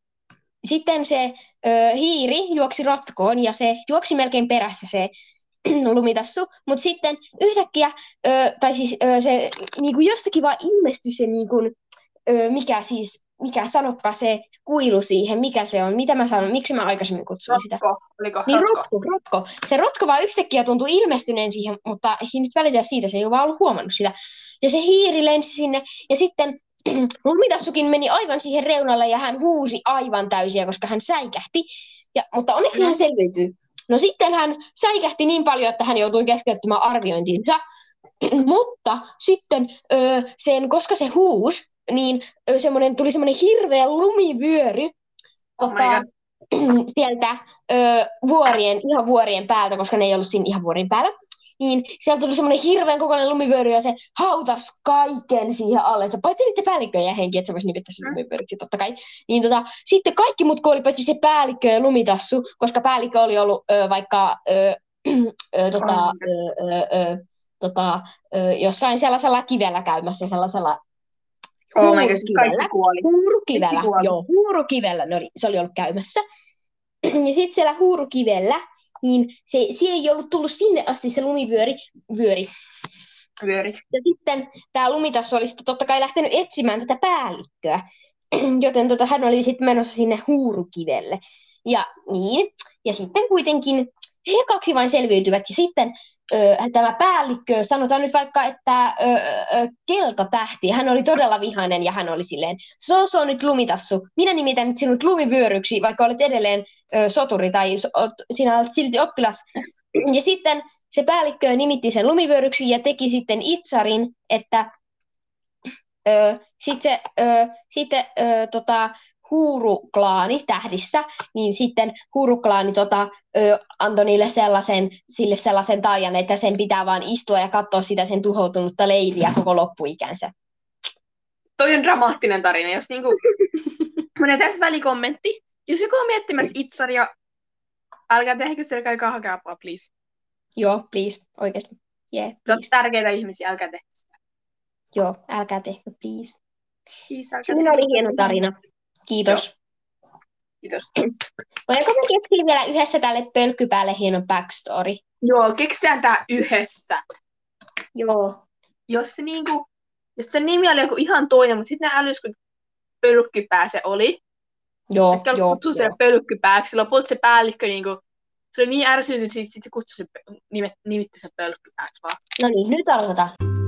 sitten se ö, hiiri juoksi rotkoon ja se juoksi melkein perässä se lumitassu, mutta sitten yhtäkkiä, ö, tai siis ö, se niinku jostakin vaan ilmestyi se, niinku, ö, mikä siis, mikä sanoppa se kuilu siihen, mikä se on, mitä mä sanon, miksi mä aikaisemmin kutsuin sitä. Rotko, oliko Niin rotko? rotko, rotko. Se rotko vaan yhtäkkiä tuntui ilmestyneen siihen, mutta ei nyt välitä siitä, se ei ole vaan ollut huomannut sitä. Ja se hiiri lensi sinne, ja sitten lumitassukin meni aivan siihen reunalle, ja hän huusi aivan täysiä, koska hän säikähti. Ja, mutta onneksi Mm. hän selviytyi. No sitten hän säikähti niin paljon, että hän joutui keskeyttämään arviointinsa. Mutta sitten ö, sen, koska se huusi, niin ö, semmonen, tuli semmoinen hirveä lumivyöry Oh my tota, god. sieltä ö, vuorien, ihan vuorien päältä, koska ne ei ollut siinä ihan vuorien päällä. Niin sieltä tuli semmoinen hirveän kokoinen lumivyöry ja se hautas kaiken siihen allensa. Paitsi niiden päällikköjä ja henki, että se voisi nimittää sen lumivyöryksi totta kai. Niin tota, sitten kaikki muut oli paitsi se päällikkö ja lumitassu, koska päällikkö oli ollut ö, vaikka ö, ö, tota, ö, ö, ö, tota, ö, jossain sellaisella kivellä käymässä, sellaisella Oh my god, siis huurukivellä. kaikki kuoli. Huurukivellä, Kaikki kuoli. joo, huurukivellä ne oli, se oli ollut käymässä. Ja sitten siellä huurukivellä, niin se, se ei ollut tullut sinne asti se lumivyöri, vyöri. Vyörit. Ja sitten tämä lumitassu oli sitten totta kai lähtenyt etsimään tätä päällikköä, joten tota, hän oli sitten menossa sinne huurukivelle. Ja niin, ja sitten kuitenkin he kaksi vain selviytyvät, ja sitten ö, tämä päällikkö, sanotaan nyt vaikka, että ö, ö, keltatähti, hän oli todella vihainen, ja hän oli silleen, so, so nyt lumitassu, minä nimitän nyt sinut lumivyöryksi, vaikka olet edelleen ö, soturi, tai so, sinä olet silti oppilas. Ja sitten se päällikkö nimitti sen lumivyöryksi, ja teki sitten itsarin, että ö, sit se, ö, sitten ö, tota, huuruklaani tähdissä, niin sitten huuruklaani tota, ö, antoi niille sellaisen, sille sellaisen taajan, että sen pitää vaan istua ja katsoa sitä sen tuhoutunutta leiriä koko loppuikänsä. Toi on dramaattinen tarina, jos niinku... Mun tässä välikommentti. Jos joku on miettimässä itsaria, älkää tehkö siellä kaikaa hakeapua, please. Joo, please, oikeasti. Yeah, Te please. olette tärkeitä ihmisiä, älkää tehkö sitä. Joo, älkää tehkö, please. Please, älkää Siinä tehkö oli sitä. hieno tarina. Kiitos. Kiitos. Voidaanko me keksiä vielä yhdessä tälle pölkkypäälle hieno backstory? Joo, keksitään tää yhdessä. Joo. Jos se niinku... Jos se nimi oli joku ihan toinen, mutta sitten ne älys, kun pölkkypää se oli. Joo, Ehkä joo, kutsui joo. sen pölkkypääksi. Lopulta se päällikkö niinku... Se oli niin ärsynyt, että sit se kutsui sen, nimet, nimitti sen pölkkypääksi vaan. No niin, nyt aloitetaan.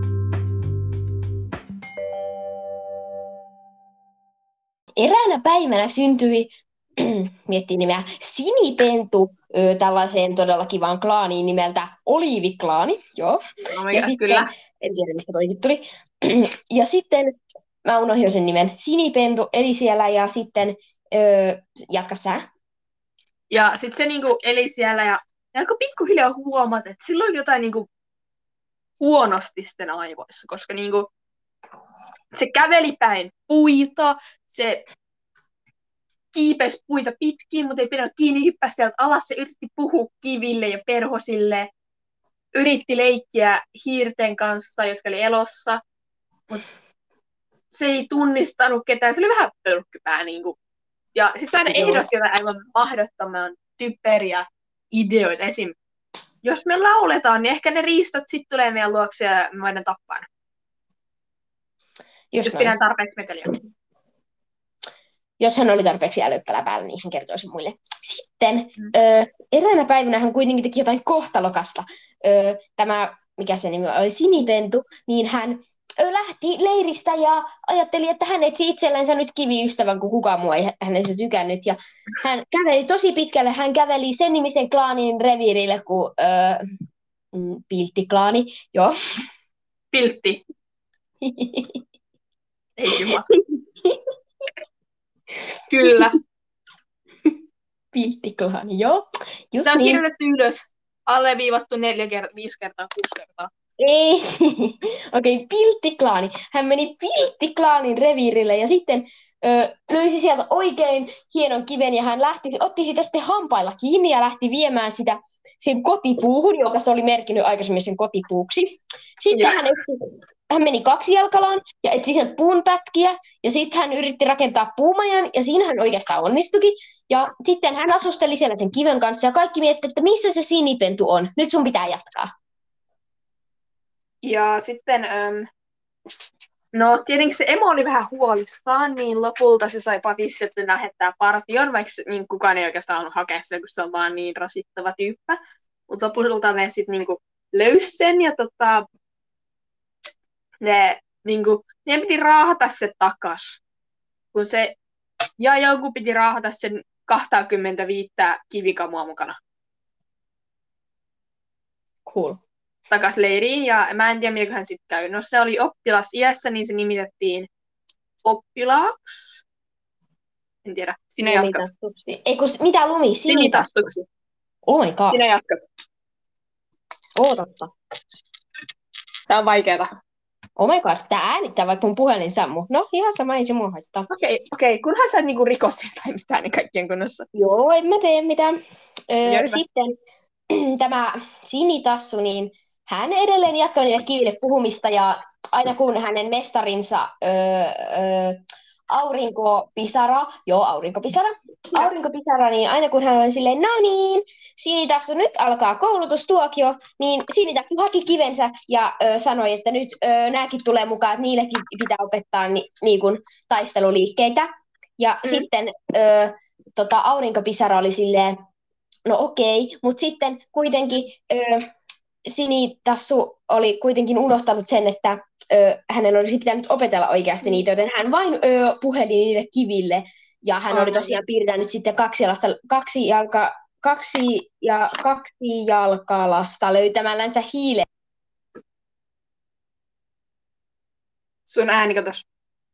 Eräänä päivänä syntyi, miettii nimeä, Sinipentu ö, tällaiseen todella kivaan klaaniin nimeltä Oliiviklaani. Joo. Oh my Ja god, sitten, kyllä. en tiedä mistä toi tuli. Ja sitten, mä unohdin jo sen nimen, Sinipentu eli siellä ja sitten, ö, jatka sä. Ja sit se niinku eli siellä ja, ja alkoi pikkuhiljaa huomata, että sillä oli jotain niinku huonosti sitten aivoissa, koska niinku se käveli päin puita, se kiipesi puita pitkin, mutta ei pidä kiinni, hyppäsi sieltä alas, se yritti puhua kiville ja perhosille, yritti leikkiä hiirten kanssa, jotka oli elossa, mutta se ei tunnistanut ketään, se oli vähän pölkkypää niinku. Ja sit se aina Joo. ehdotti jotain aivan mahdottoman typeriä ideoita. Esim. Jos me lauletaan, niin ehkä ne riistot sit tulee meidän luokse ja me voidaan tappaa ne. Just Jos noin. pidän tarpeeksi meteliä. Jos hän oli tarpeeksi älykkälä päällä, niin hän kertoi sen muille. Sitten Mm. ö, eräänä päivänä hän kuitenkin teki jotain kohtalokasta. Ö, tämä, mikä se nimi oli, Sinipentu, niin hän ö, lähti leiristä ja ajatteli, että hän etsi itsellensä nyt kiviystävän, kun kukaan muu ei hänestä tykännyt. Ja hän käveli tosi pitkälle, hän käveli sen nimisen klaanin reviirille kuin ö, mm, Piltti-klaani. Joo. Piltti. Ei jumala. Kyllä. Piltti-klaani, joo. Just Tämä on niin. kirjoitettu ylös. Alleviivattu neljä kertaa, viisi kertaa, kuusi kertaa. Ei, okei, okay, Piltti-klaani. Hän meni Piltti-klaanin reviirille ja sitten ö, löysi sieltä oikein hienon kiven ja hän lähti, otti sitä sitten hampailla kiinni ja lähti viemään sitä sen kotipuuhun, joka se oli merkinnyt aikaisemmin sen kotipuuksi. Sitten Yes. hän, etsi, hän meni kaksijalkalaan ja etsi sieltä puunpätkiä ja sitten hän yritti rakentaa puumajan ja siinä hän oikeastaan onnistuikin. Ja sitten hän asusteli siellä sen kiven kanssa ja kaikki miettivät, että missä se Sinipentu on. Nyt sun pitää jatkaa. Ja sitten, äm, no tietenkin se emo oli vähän huolissaan, niin lopulta se sai patistettu lähettää partion, vaikka niin kukaan ei oikeastaan halunnut hakea sitä, kun se on vaan niin rasittava tyyppä. Mutta lopulta ne sitten niinku löysi sen ja tota, ne, niinku, ne piti raahata se takas. Kun se, ja joku piti raahata sen kaksikymmentäviisi kivikamua mukana Cool. takas leiriin, ja mä en tiedä, milläköhän sitten käy. No se oli oppilas iässä, niin se nimitettiin oppilaaksi. En tiedä, sinä jatkat. Lumitassuksi. Ei kun, mitä lumi? Sinitassuksi. Oh my god. Sinä jatkat. Oh, totta. Tää on vaikeeta. Oh my god, tää äänittää vaikka mun puhelin sammuu. No, ihan sama, ei se mua haittaa. Okei, okay, okei. Okay. Kunhan sä et niinku rikosi tai mitään, niin kaikkien kunnossa. Joo, en mä tee mitään. Öö, Hyvä. sitten tämä Sinitassu, niin hän edelleen jatkoi niille kiville puhumista ja aina kun hänen mestarinsa öö, öö, Aurinkopisara, joo Aurinkopisara, Aurinkopisara, niin aina kun hän oli silleen, no niin, Sinitassu, nyt alkaa koulutustuokio, niin Sinitassu haki kivensä ja ö, sanoi, että nyt ö, nämäkin tulee mukaan, että niillekin pitää opettaa ni, niin kuin, taisteluliikkeitä. Ja Mm. sitten ö, tota, Aurinkopisara oli silleen, no okei, mutta sitten kuitenkin ö, Sinitassu oli kuitenkin unohtanut sen, että ö, hänen olisi pitänyt opetella oikeasti niitä, joten hän vain ö, puheli niille kiville. Ja hän oli tosiaan piirtänyt sitten kaksi, jalasta, kaksi, jalka, kaksi, ja, kaksi jalkalasta löytämällänsä hiilen. Sun ääni katos.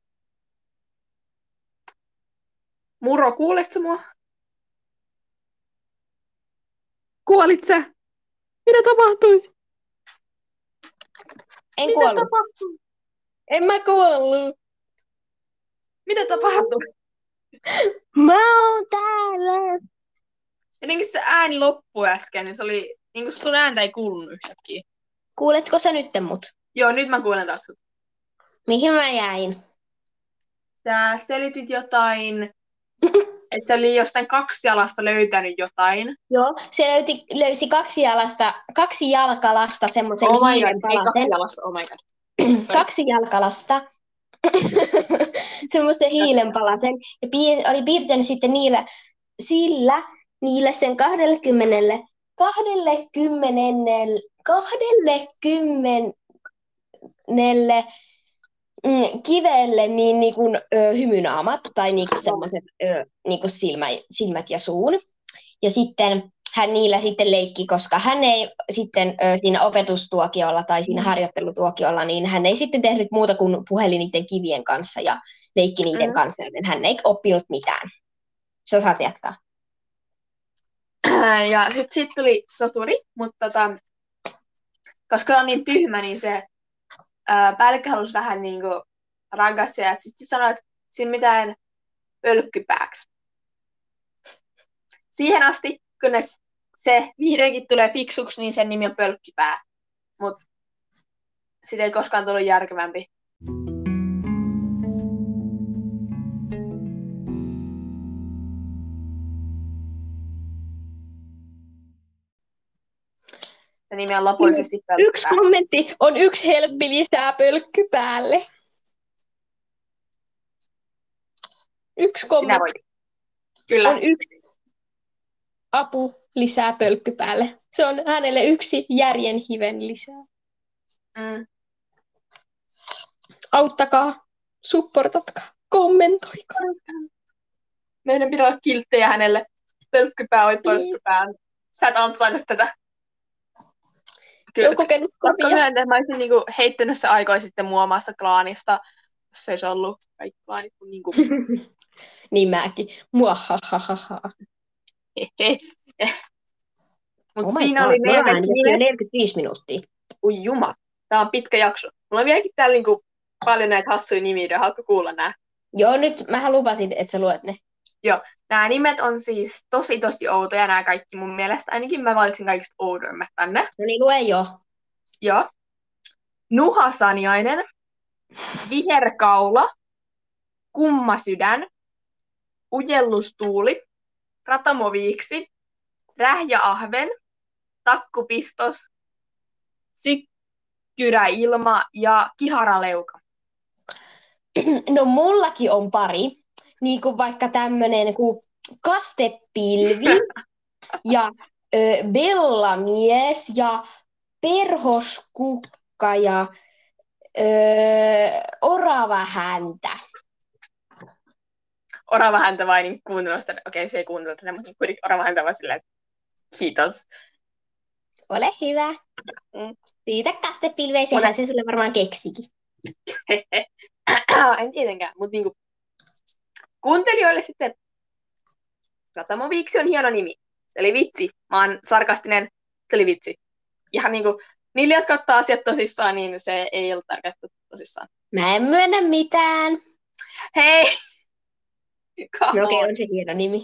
Muro, kuuletko mua? Kuolit sä? Mitä tapahtui? En Mitä kuollut. tapahtui? En mä kuollut. Mitä tapahtui? Mä oon täällä. Jotenkin se ääni loppui äsken, niin se oli, niin kuin sun ääntä ei kuulunut yhtäkkiä. Kuuletko sä nytten mut? Joo, nyt mä kuulen taas. Mihin mä jäin? Sä selitit jotain, että se oli jostain kaksi jalasta löytänyt jotain. Joo, se löyti, löysi kaksi, jalasta, kaksi jalkalasta semmoisen Oh my hiilen god, ei kaksi palasen. jalasta, oh my god. Kaksi jalkalasta. semmoisen hiilenpalasen. Ja piir, oli piirtänyt sitten niillä, sillä, niille sen kahdellekymmenelle, kahdellekymmenelle, kahdellekymmenelle mm, kivelle niin, niin kuin, ö, hymynaamat tai niin semmoiset ö, niin kuin silmä, silmät ja suun. Ja sitten hän niillä sitten leikki, koska hän ei sitten ö, siinä opetustuokiolla tai siinä harjoittelutuokiolla, niin hän ei sitten tehnyt muuta kuin puheli niiden kivien kanssa ja leikki niiden Mm. kanssa, joten hän ei oppinut mitään. Sä saat jatkaa. Ja sitten sit tuli soturi, mutta tota, koska on niin tyhmä, niin se ää, päällikkö halusi vähän niinku rangaistua, ja sitten sanoi, että siinä mitään pölkkypääksi. Siihen asti, kunnes se vihdoinkin tulee fiksuksi, niin sen nimi on pölkkypää. Mutta siitä ei koskaan tullut järkevämpi. Se nimi on lopullisesti Yksi pölkkypää. kommentti on yksi helppi lisää pölkky päälle. Yksi Sinä kommentti. voit. Kyllä. On yksi apu lisää pölkky päälle. Se on hänelle yksi järjen hiven lisää. Mm. Auttakaa, supportatkaa, kommentoikaa. Meidän pitää olla kilttejä hänelle. Pölkkypää, oi Niin. pölkkypää. Sä et ansainnut tätä. Se on kokenut Pakko kovia. myöntää, että mä olisin niinku heittänyt se aikoja sitten mun omasta klaanista, jos se olisi ollut kaikki klaanit. Niinku... Niin mäkin. Muahahaha. Mutta Oh my siinä god, oli me meidän ollaan kaikki nyt jo nimet. neljäkymmentäviisi minuuttia. Ui juma, tää on pitkä jakso. Mulla on vieläkin täällä niinku paljon näitä hassuja nimiä, haluatko kuulla nää? Joo, nyt mähän lupasin, että sä luet ne. Joo, nämä nimet on siis tosi tosi outoja nämä kaikki mun mielestä. Ainakin mä valitsin kaikista oudoimmat tänne. No niin, lue jo. Joo. Nuha Saniainen, Viherkaula, Kummasydän, Ujellustuuli, Ratamoviiksi, Rähjäahven, Takkupistos, Sykkyräilma ja Kiharaleuka. No mullakin on pari. Niin kuin vaikka tämmönen kuin kastepilvi ja ö, bellamies ja perhoskukka ja ö, oravahäntä. Oravahäntä vai niin kuunnella sitä. Okei, se ei kuuntele tätä, mutta kuitenkin Oravahäntä vaan silleen, kiitos. Ole hyvä. Mm. Riitä kastepilveä, sehän se sulle varmaan keksikin. En tietenkään, mutta niinku kuuntelijoille sitten Ratamoviiksi on hieno nimi. Se oli vitsi. Mä oon sarkastinen. Se oli vitsi. Ihan niinku niille, jotka ottaa asiat tosissaan, niin se ei ollut tarkoitettu tosissaan. Mä en myönnä mitään. Hei! No okei, okay, on se hieno nimi.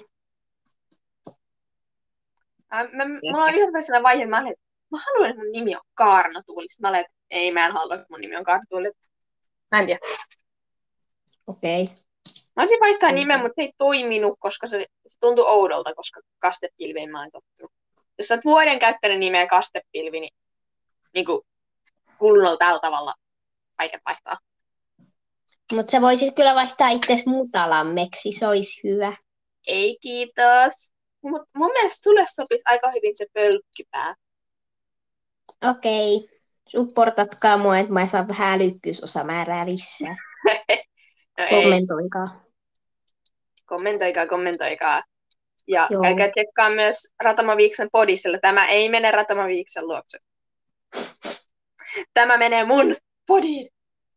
Mä, mä, mulla on yhden sellainen vaihe, mä, olen, mä haluan, että mun nimi on Kaarna Tuuli. Sitten mä olen, että ei, mä en halua, että mun nimi on Kaarna Tuuli. Mä en tiedä. Okei. Okay. Mä olisin vaihtaa nimen, mutta se ei toiminut, koska se, se tuntui oudolta, koska kastepilviin mä oon tottunut. Jos sä oot vuoden käyttänyt nimeä kastepilvi, niin, niin kuin kunnolla tällä tavalla kaiket vaihtaa. Mutta sä voisit kyllä vaihtaa itses mutalammeksi, se olisi hyvä. Ei kiitos. Mut mun mielestä sulle sopisi aika hyvin se pölkkypää. Okei. Okay. Supportatkaa mua, että mä saan vähän älykkyysosamäärää lisää. No kommentoikaa. Kommentoikaa, kommentoikaa. Ja Joo. käykää tsekkaa myös Ratamaviiksen podisella. Tämä ei mene Ratamaviiksen luokse. Tämä menee mun podiin.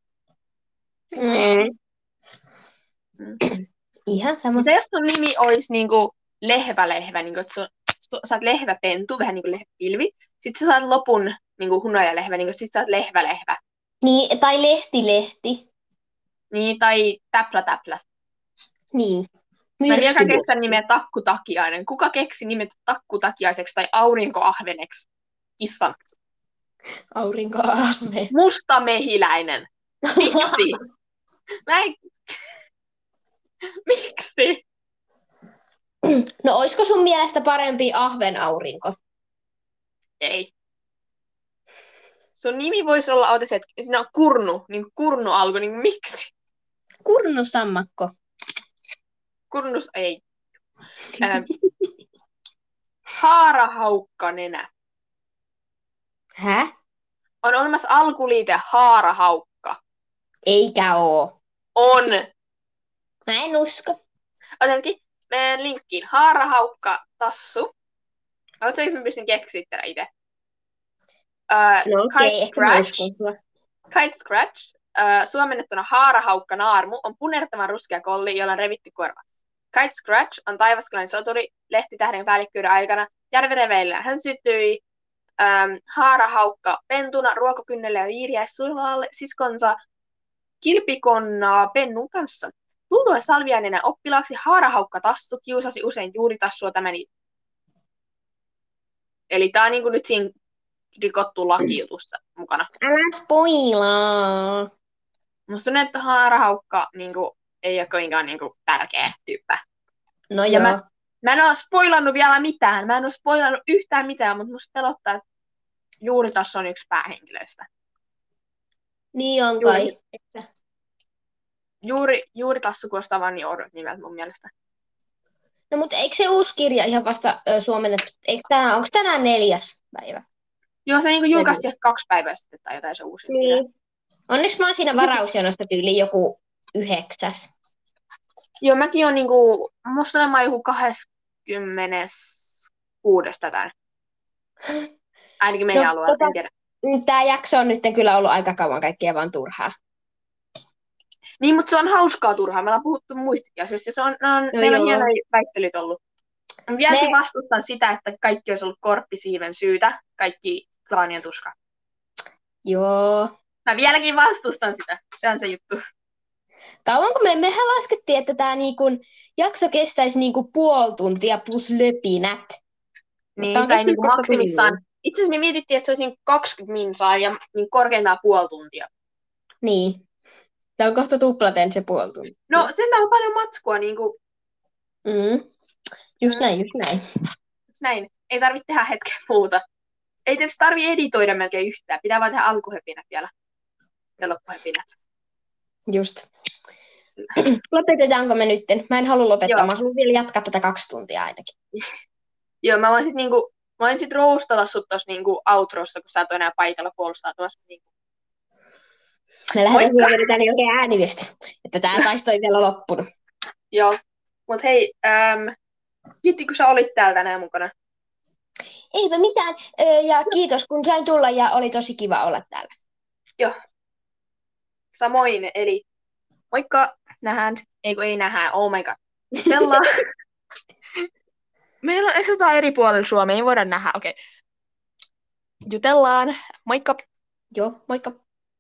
Mm. Mm. Ihan sama. Mitä jos sun nimi olisi niinku lehvä-lehvä, niinku, että sun, sä oot lehväpentu, vähän niin kuin lehväpilvi. Sitten sä saat lopun niinku hunajalehvä, niinku, sit sä oot lehvä-lehvä. Niin, tai lehti-lehti. Niin, tai täplä-täplä. Niin. Mä en vieläkään kestä nimeä Takkutakiainen. Kuka keksi nimet Takkutakiaiseksi tai Aurinkoahveneksi? Kissan. Aurinkoahven. Mustamehiläinen. Miksi? Mä en... Miksi? No olisiko sun mielestä parempi ahvenaurinko? Ei. Sun nimi voisi olla, oota se, että siinä on kurnu, niin kuin kurnu alku, niin miksi? Kurnusammakko. Kurnus, ei. Ähm. Haarahaukkanenä. Hä? On olemassa alkuliite haarahaukka. Eikä oo. On. Mä en usko. Otetkin meidän linkkiin. Haarahaukka tassu. Oletko jos mä pystyn keksiä tätä itse? Uh, No okei, Kite ehkä mä Scratch. uskon sua. Kite Scratch. Uh, suomennettuna haarahaukka naarmu on punertavan ruskea kolli, jolla on revitty korva. Kite Scratch on taivaskalainen soturi lehtitähden päällikkyyden aikana järvireveillä. Hän syttyi um, haarahaukka pentuna ruokokynnelle ja viiriäissulalle siskonsa kilpikonnaa pennun kanssa. Tultuaan salviainena oppilaaksi haarahaukka tassu kiusasi usein juuritassua tämän. Eli tää on niinku nyt siinä rikottu lakijutussa mukana. Älä spoilaa. Musta tuntuu, että haarahaukka niinku, ei ole kovinkaan niinku, tärkeä tyyppä. No Ja joo. mä, mä en oo spoilannut vielä mitään. Mä en oo spoilannut yhtään mitään, mutta musta pelottaa, että juuritassu on yksi päähenkilöistä. Niin on Juuri. kai. juuri, juuri Tassu kuulostaa vaan niin oudot nimeltä mun mielestä. No mutta eikö se uusi kirja ihan vasta ö, suomennettu? Eikö tänään, onko tänään neljäs päivä? Joo, se niinku julkaistiin ehkä kaksi päivää sitten tai jotain se uusi kirja. Niin. Onneksi mä oon siinä varausjonossa tyyli joku yhdeksäs. Joo, mäkin on niinku, musta olen joku kahdeskymmeneskuudes tätä. Ainakin meidän No, alueella, tota- en tiedä. Tämä jakso on nyt kyllä ollut aika kauan kaikkea vaan turhaa. Niin, mutta se on hauskaa turhaa. Me ollaan puhuttu muistakin asioista. Se on, ne on, No ne on joo. hienoja väittelyt ollut. Mä vieläkin Me- vastustan sitä, että kaikki olisi ollut korppisiiven syytä. Kaikki klaanien tuska. Joo. Mä vieläkin vastustan sitä. Se on se juttu. Kauanko me, mehän laskettiin, että tämä niinku jakso kestäisi niinku puoli tuntia plus löpinät. Niin, on tai kestänyt niinku kohta maksimissaan. tunnin. Itse asiassa me mietittiin, että se olisi niinku kaksikymmentä minsaa ja niin korkeintaan puoli tuntia. Niin. Tämä on kohta tuplaten se puoli tuntia. No, sentään on paljon matskua. Niinku, Mm. Just Mm. näin, just näin. näin. Ei tarvitse tehdä hetken muuta. Ei tietysti tarvitse editoida melkein yhtään. Pitää vaan tehdä alkuhöpinät vielä. Ja loppuhöpinät. Just. Lopetetaanko me nytten? Mä en halua lopettaa, Joo. mä haluan vielä jatkaa tätä kaksi tuntia ainakin. Joo, mä voin sit niinku, mä voin sit roustata sut tossa niinku outrossa, kun sä et ole enää paikalla puolustautumassa. Niinku. Me lähdetään Moikka. hyödyntää niin oikein ääniviesti, että tää taisto ei vielä loppunut. Joo, mut hei, äm, kiitti kun sä olit täällä tänään mukana. Eipä mitään. Ö, ja kiitos kun sain tulla ja oli tosi kiva olla täällä. Joo. Samoin, eli moikka, nähdään, ei kun ei nähdään, oh my god. Jutellaan. Meillä on asutaan eri puolilla Suomea, ei voida nähdä, okei. Okay. Jutellaan, moikka. Joo, moikka.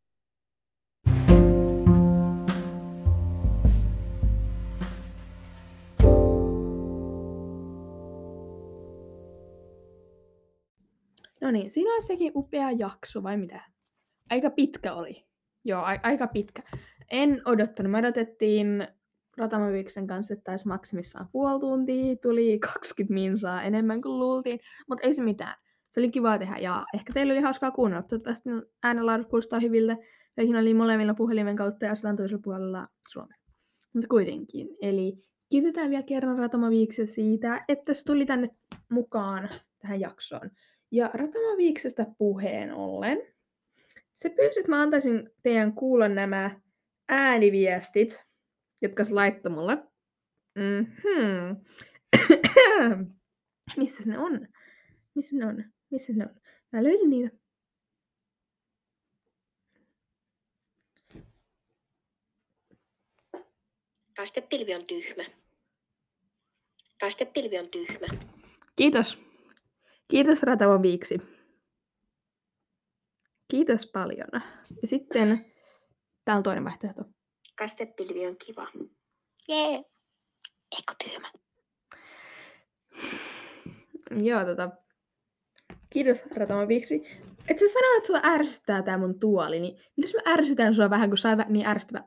No niin, siinä oli sekin upea jakso, vai mitä? Aika pitkä oli. Joo, a- aika pitkä. En odottanut. Me odotettiin Ratamaviksen kanssa, että taisi maksimissaan puoli tuntia. Tuli kaksikymmentä minsaa enemmän kuin luultiin. Mutta ei se mitään. Se oli kiva tehdä. Ja ehkä teillä oli hauskaa kuunnella. Toivottavasti äänenlaadut kuulostaa hyville. Meihin oli molemmilla puhelimen kautta ja asutaan toisella puolella Suomea. Mutta kuitenkin. Eli kiitetään vielä kerran Ratamaviiksia siitä, että se tuli tänne mukaan tähän jaksoon. Ja Ratamaviiksestä puheen ollen, se pyysi, että mä antaisin teidän kuulla nämä ääniviestit, jotka se laittoi mulle. Mm-hmm. Missä ne on? Missä ne on? Missä ne on? Mä löydän niitä. Kastepilvi on tyhmä. Kastepilvi on tyhmä. Kiitos. Kiitos Ratamaviiksi. Kiitos paljon. Ja sitten täällä on toinen vaihtoehto. Kastepilvi on kiva. Jee. Eikö tyhmä? Joo, tota... Kiitos Ratamaviiksi. Et sä sano, että sua ärsyttää tää mun tuoli, niin mitäs mä ärsytän sua vähän, kun sä oot niin ärsyttävä?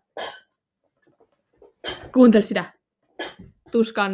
Kuuntele sitä. Tuskaannu.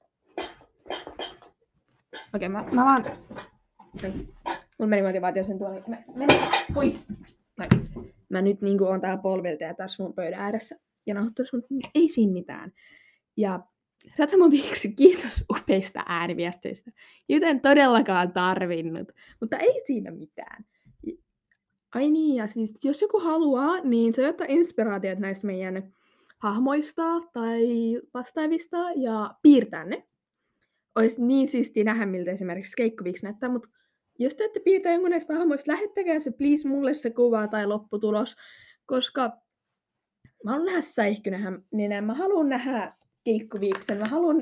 Okei, mä, mä vaan... Noin. Mulla meni motivaatio sen tuoli. Mä menin pois. Noin. Mä nyt niinku oon täällä polvilta ja tässä mun pöydän ääressä. Ja nauhoittais, mutta ei siinä mitään. Ja Ratamaviiksi kiitos upeista ääniviesteistä, joita en todellakaan tarvinnut, mutta ei siinä mitään. Ai niin, ja siis jos joku haluaa, niin se ottaa inspiraatiot näistä meidän hahmoista tai vastaavista ja piirtää ne. Olisi niin siistiä nähdä, miltä esimerkiksi Keikkoviiksi näyttää, mutta jos te ette piirtää jonkun näistä hahmoista, lähettäkää se please mulle se kuva tai lopputulos, koska mä haluan nähdä Säihkynenä, mä haluan nähdä Keikkoviiksen, mä haluan...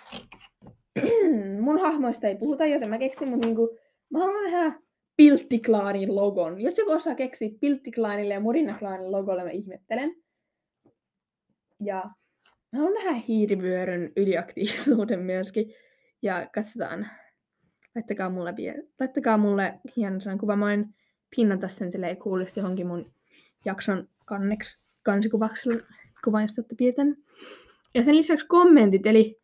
mun hahmoista ei puhuta, joten mä keksin, mutta niinku... Mä haluan nähdä Pilttiklaanin logon. Jos joku osaa keksiä Pilttiklaanille ja Murinaklaanin logolle, mä ihmettelen. Ja mä haluan nähdä hiirivyöryn yliaktiivisuuden myöskin. Ja katsotaan. Laittakaa mulle, vie- Laittakaa mulle hienon kuva. Mä voin pinnata sen silleen kuulisti johonkin mun jakson kanneksi, kansikuvaksi kuvan, jos olette piirtänyt. Ja sen lisäksi kommentit, eli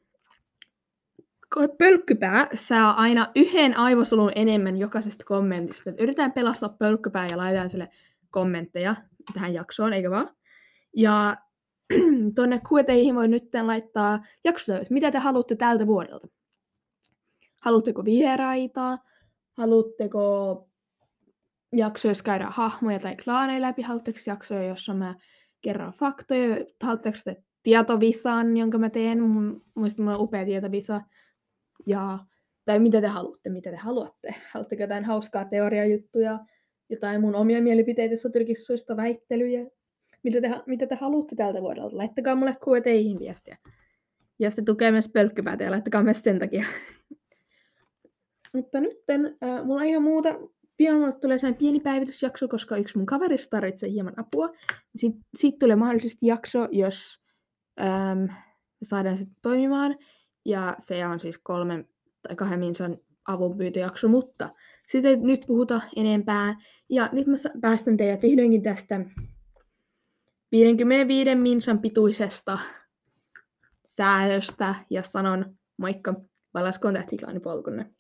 pölkkypää saa aina yhden aivosolun enemmän jokaisesta kommentista. Et yritetään pelastaa pölkkypää ja laitetaan sille kommentteja tähän jaksoon, eikö vaan? Ja tuonne Q and A:ihin voi nyt laittaa jaksotoiveet. Mitä te haluatte tältä vuodelta? Haluatteko vieraita? Haluatteko jaksoja, jos käydään hahmoja tai klaaneja läpi? Haluatteko jaksoja, jossa mä kerron faktoja? Haluatteko te tietovisan, jonka mä teen? Muistin, mulla on upea tietovisa. Ja, tai mitä te haluatte? Mitä te haluatte? Haluatteko jotain hauskaa teoriajuttuja? Jotain mun omia mielipiteitä soturikissuista, väittelyjä? Mitä te, mitä te haluatte tältä vuodelta? Laittakaa mulle Q and A:ihin viestiä. Ja se tukee myös pölkkypäätä ja laittakaa myös sen takia. Mutta nyt äh, mulla ei ole muuta. Pian mulle tulee sellainen pieni päivitysjakso, koska yksi mun kaverista tarvitsee hieman apua. Sitten sit tulee mahdollisesti jakso, jos ähm, me saadaan se toimimaan. Ja se on siis kolmen tai kahden minsan avunpyyntöjakso, mutta sitä ei nyt puhuta enempää. Ja nyt mä päästän teidät vihdoinkin tästä viisikymmentäviisi minsan pituisesta säädöstä ja sanon moikka, valaskoon tähtiklaanipolkunne.